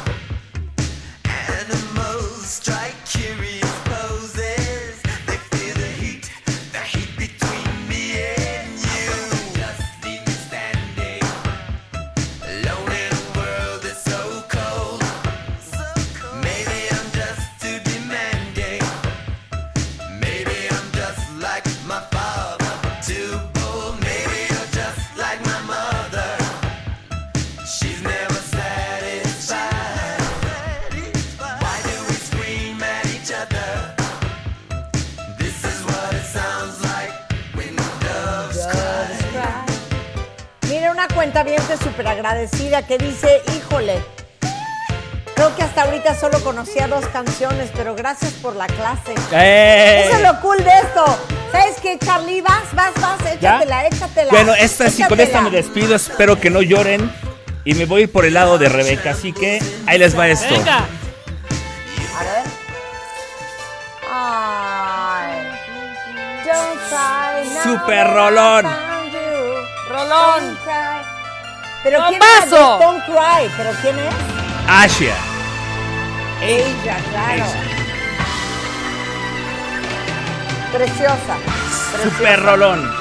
Animals strike curious poses. They feel the heat between me and you. Just leave me standing alone in a world that's so cold. Maybe I'm just too demanding. Maybe I'm just like my father, too bold. Maybe you're just like my mother. She's never satisfied. Why do we scream at each other? This is what it sounds like when doves cry. Mira, una cuentaviente súper agradecida que dice, híjole, creo que hasta ahorita solo conocía 2 canciones, pero gracias por la clase. Eso es lo cool de esto. ¿Sabes qué, Charlie? Vas, échatela. Bueno, esta sí, con esta Échatela. me despido. Espero que no lloren. Y me voy por el lado de Rebeca. Así que ahí les va esto. Venga. A ver. Ay. Don't cry now Super that I rolón. found you. Rolón. Don't cry. Pero ¿quién es? ¡Bombazo! Don't Cry. ¿Pero quién es? Asia. Ella, claro. Preciosa. Super rolón.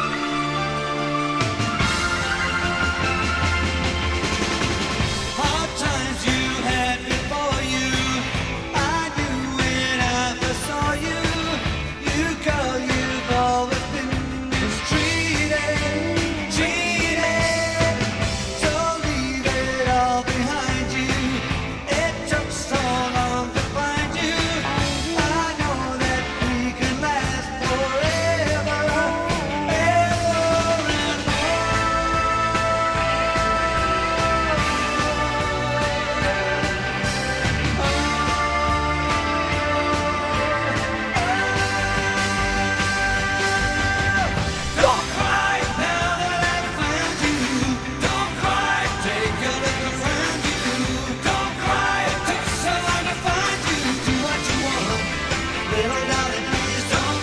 Hard times you had before you. I knew when I first saw you. You girl, you've always been cheated. So leave it all behind you. It took so long to find you. I know that we can last forever, ever and Don't cry now that I found you. Don't cry, take a look around you. Don't cry, it took so long to find you. Do what you want, little darling, please don't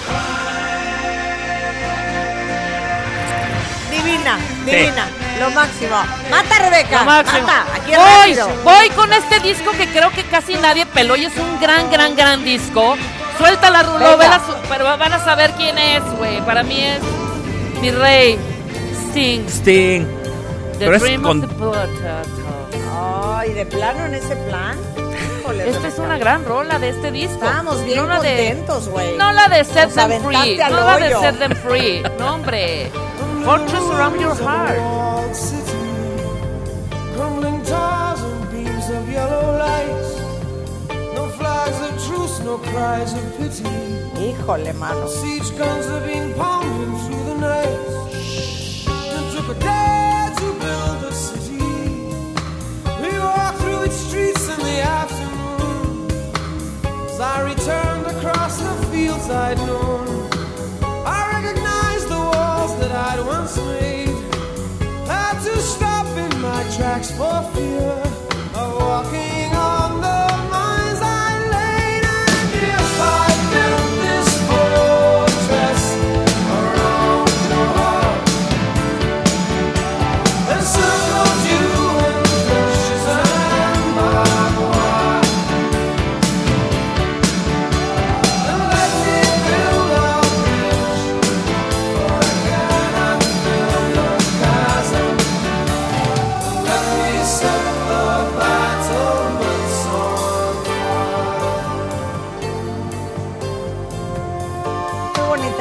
cry. Divina. Lo máximo. Mata, Rebeca. Lo máximo. Mata. Aquí es Voy, rápido. voy con este disco que creo que casi nadie peló y es un gran disco. Suéltala, Rulo, Venga. pero van a saber quién es, güey. Para mí es mi rey, Sting. Sting. The Pero es Dream con- of the Potato. Ay, ¿de plano en ese plan? Híjole, Esta es Rebeca. una gran rola de este disco. Estábamos bien No la de- contentos, güey. No la de Set Nos Them aventaste Free. al No la de hoyo. Set Them Free. No, hombre. Fortress Around Your Heart. Walled city, crumbling towers and beams of yellow lights. No flags of truce, no cries of pity. Híjole, mano. Siege guns have been pounding through the night. It took a day to build a city. We walked through its streets in the afternoon. As I returned across the fields I'd known, I recognized the walls that I'd once made. Had to stop in my tracks for fear of walking on the mines I laid. And if I built this boat,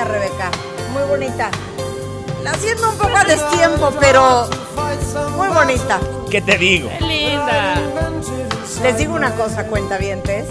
bonita, Rebeca. Muy bonita. Haciendo un poco a destiempo, pero muy bonita. ¿Qué te digo? ¡Qué linda! Les digo una cosa, cuentavientes.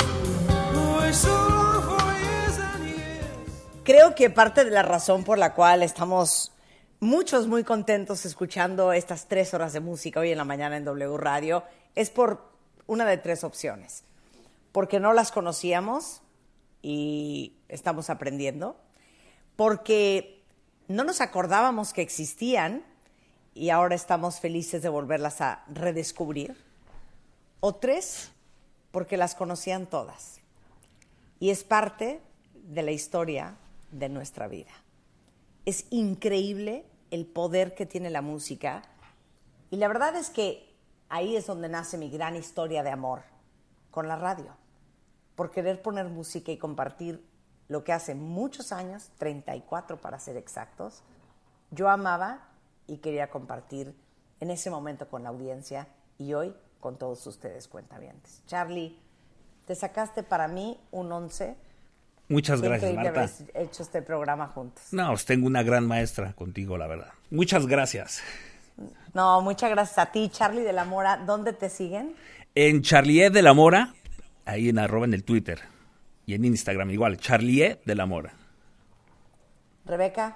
Creo que parte de la razón por la cual estamos muchos muy contentos escuchando estas 3 horas de música hoy en la mañana en W Radio es por una de 3 opciones. Porque no las conocíamos y estamos aprendiendo. Porque no nos acordábamos que existían y ahora estamos felices de volverlas a redescubrir. O 3, porque las conocían todas. Y es parte de la historia de nuestra vida. Es increíble el poder que tiene la música y la verdad es que ahí es donde nace mi gran historia de amor con la radio, por querer poner música y compartir lo que hace muchos años, 34 para ser exactos, yo amaba y quería compartir en ese momento con la audiencia y hoy con todos ustedes cuentavientes. Charlie, te sacaste para mí un 11. Muchas gracias, Increíble Marta. haber hecho este programa juntos. No, pues tengo una gran maestra contigo, la verdad. Muchas gracias. No, muchas gracias a ti, Charlie de la Mora. ¿Dónde te siguen? En Charlie de la Mora, ahí en @ en el Twitter. Y en Instagram igual, Charlie de la Mora. Rebeca.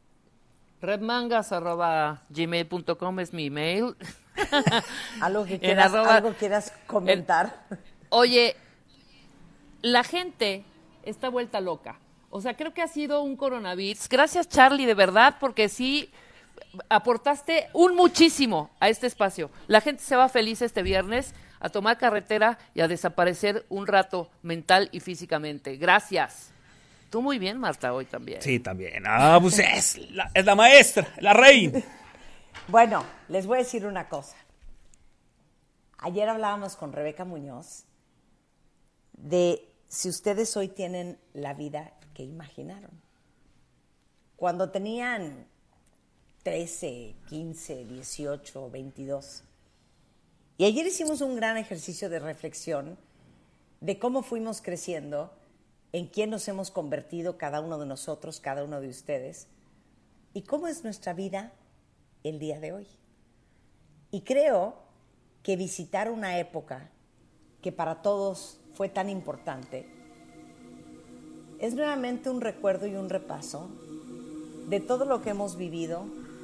redmangas@gmail.com es mi email. ¿Algo que En quieras, arroba- algo quieras comentar? Oye, la gente está vuelta loca. O sea, creo que ha sido un coronavirus. Gracias, Charlie, de verdad, porque sí aportaste un muchísimo a este espacio. La gente se va feliz este viernes a tomar carretera y a desaparecer un rato mental y físicamente. Gracias. Tú muy bien, Marta, hoy también. Sí, también. Ah, pues es la maestra, la reina. Bueno, les voy a decir una cosa. Ayer hablábamos con Rebeca Muñoz de si ustedes hoy tienen la vida que imaginaron. Cuando tenían 13, 15, 18, 22. Y ayer hicimos un gran ejercicio de reflexión de cómo fuimos creciendo, en quién nos hemos convertido cada uno de nosotros, cada uno de ustedes, y cómo es nuestra vida el día de hoy. Y creo que visitar una época que para todos fue tan importante es nuevamente un recuerdo y un repaso de todo lo que hemos vivido,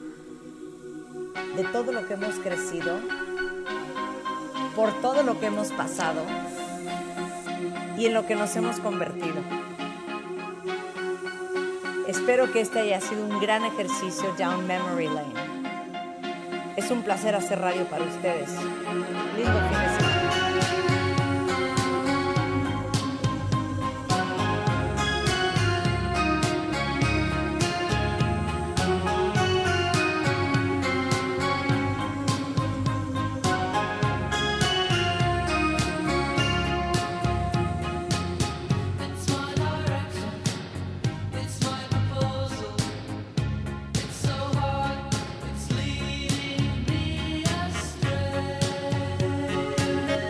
de todo lo que hemos crecido, por todo lo que hemos pasado y en lo que nos hemos convertido. Espero que este haya sido un gran ejercicio down memory lane. Es un placer hacer radio para ustedes. Lindo fin de semana. It's leading me astray.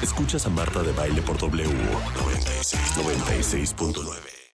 Escuchas a Marta de Baile por W 96.9.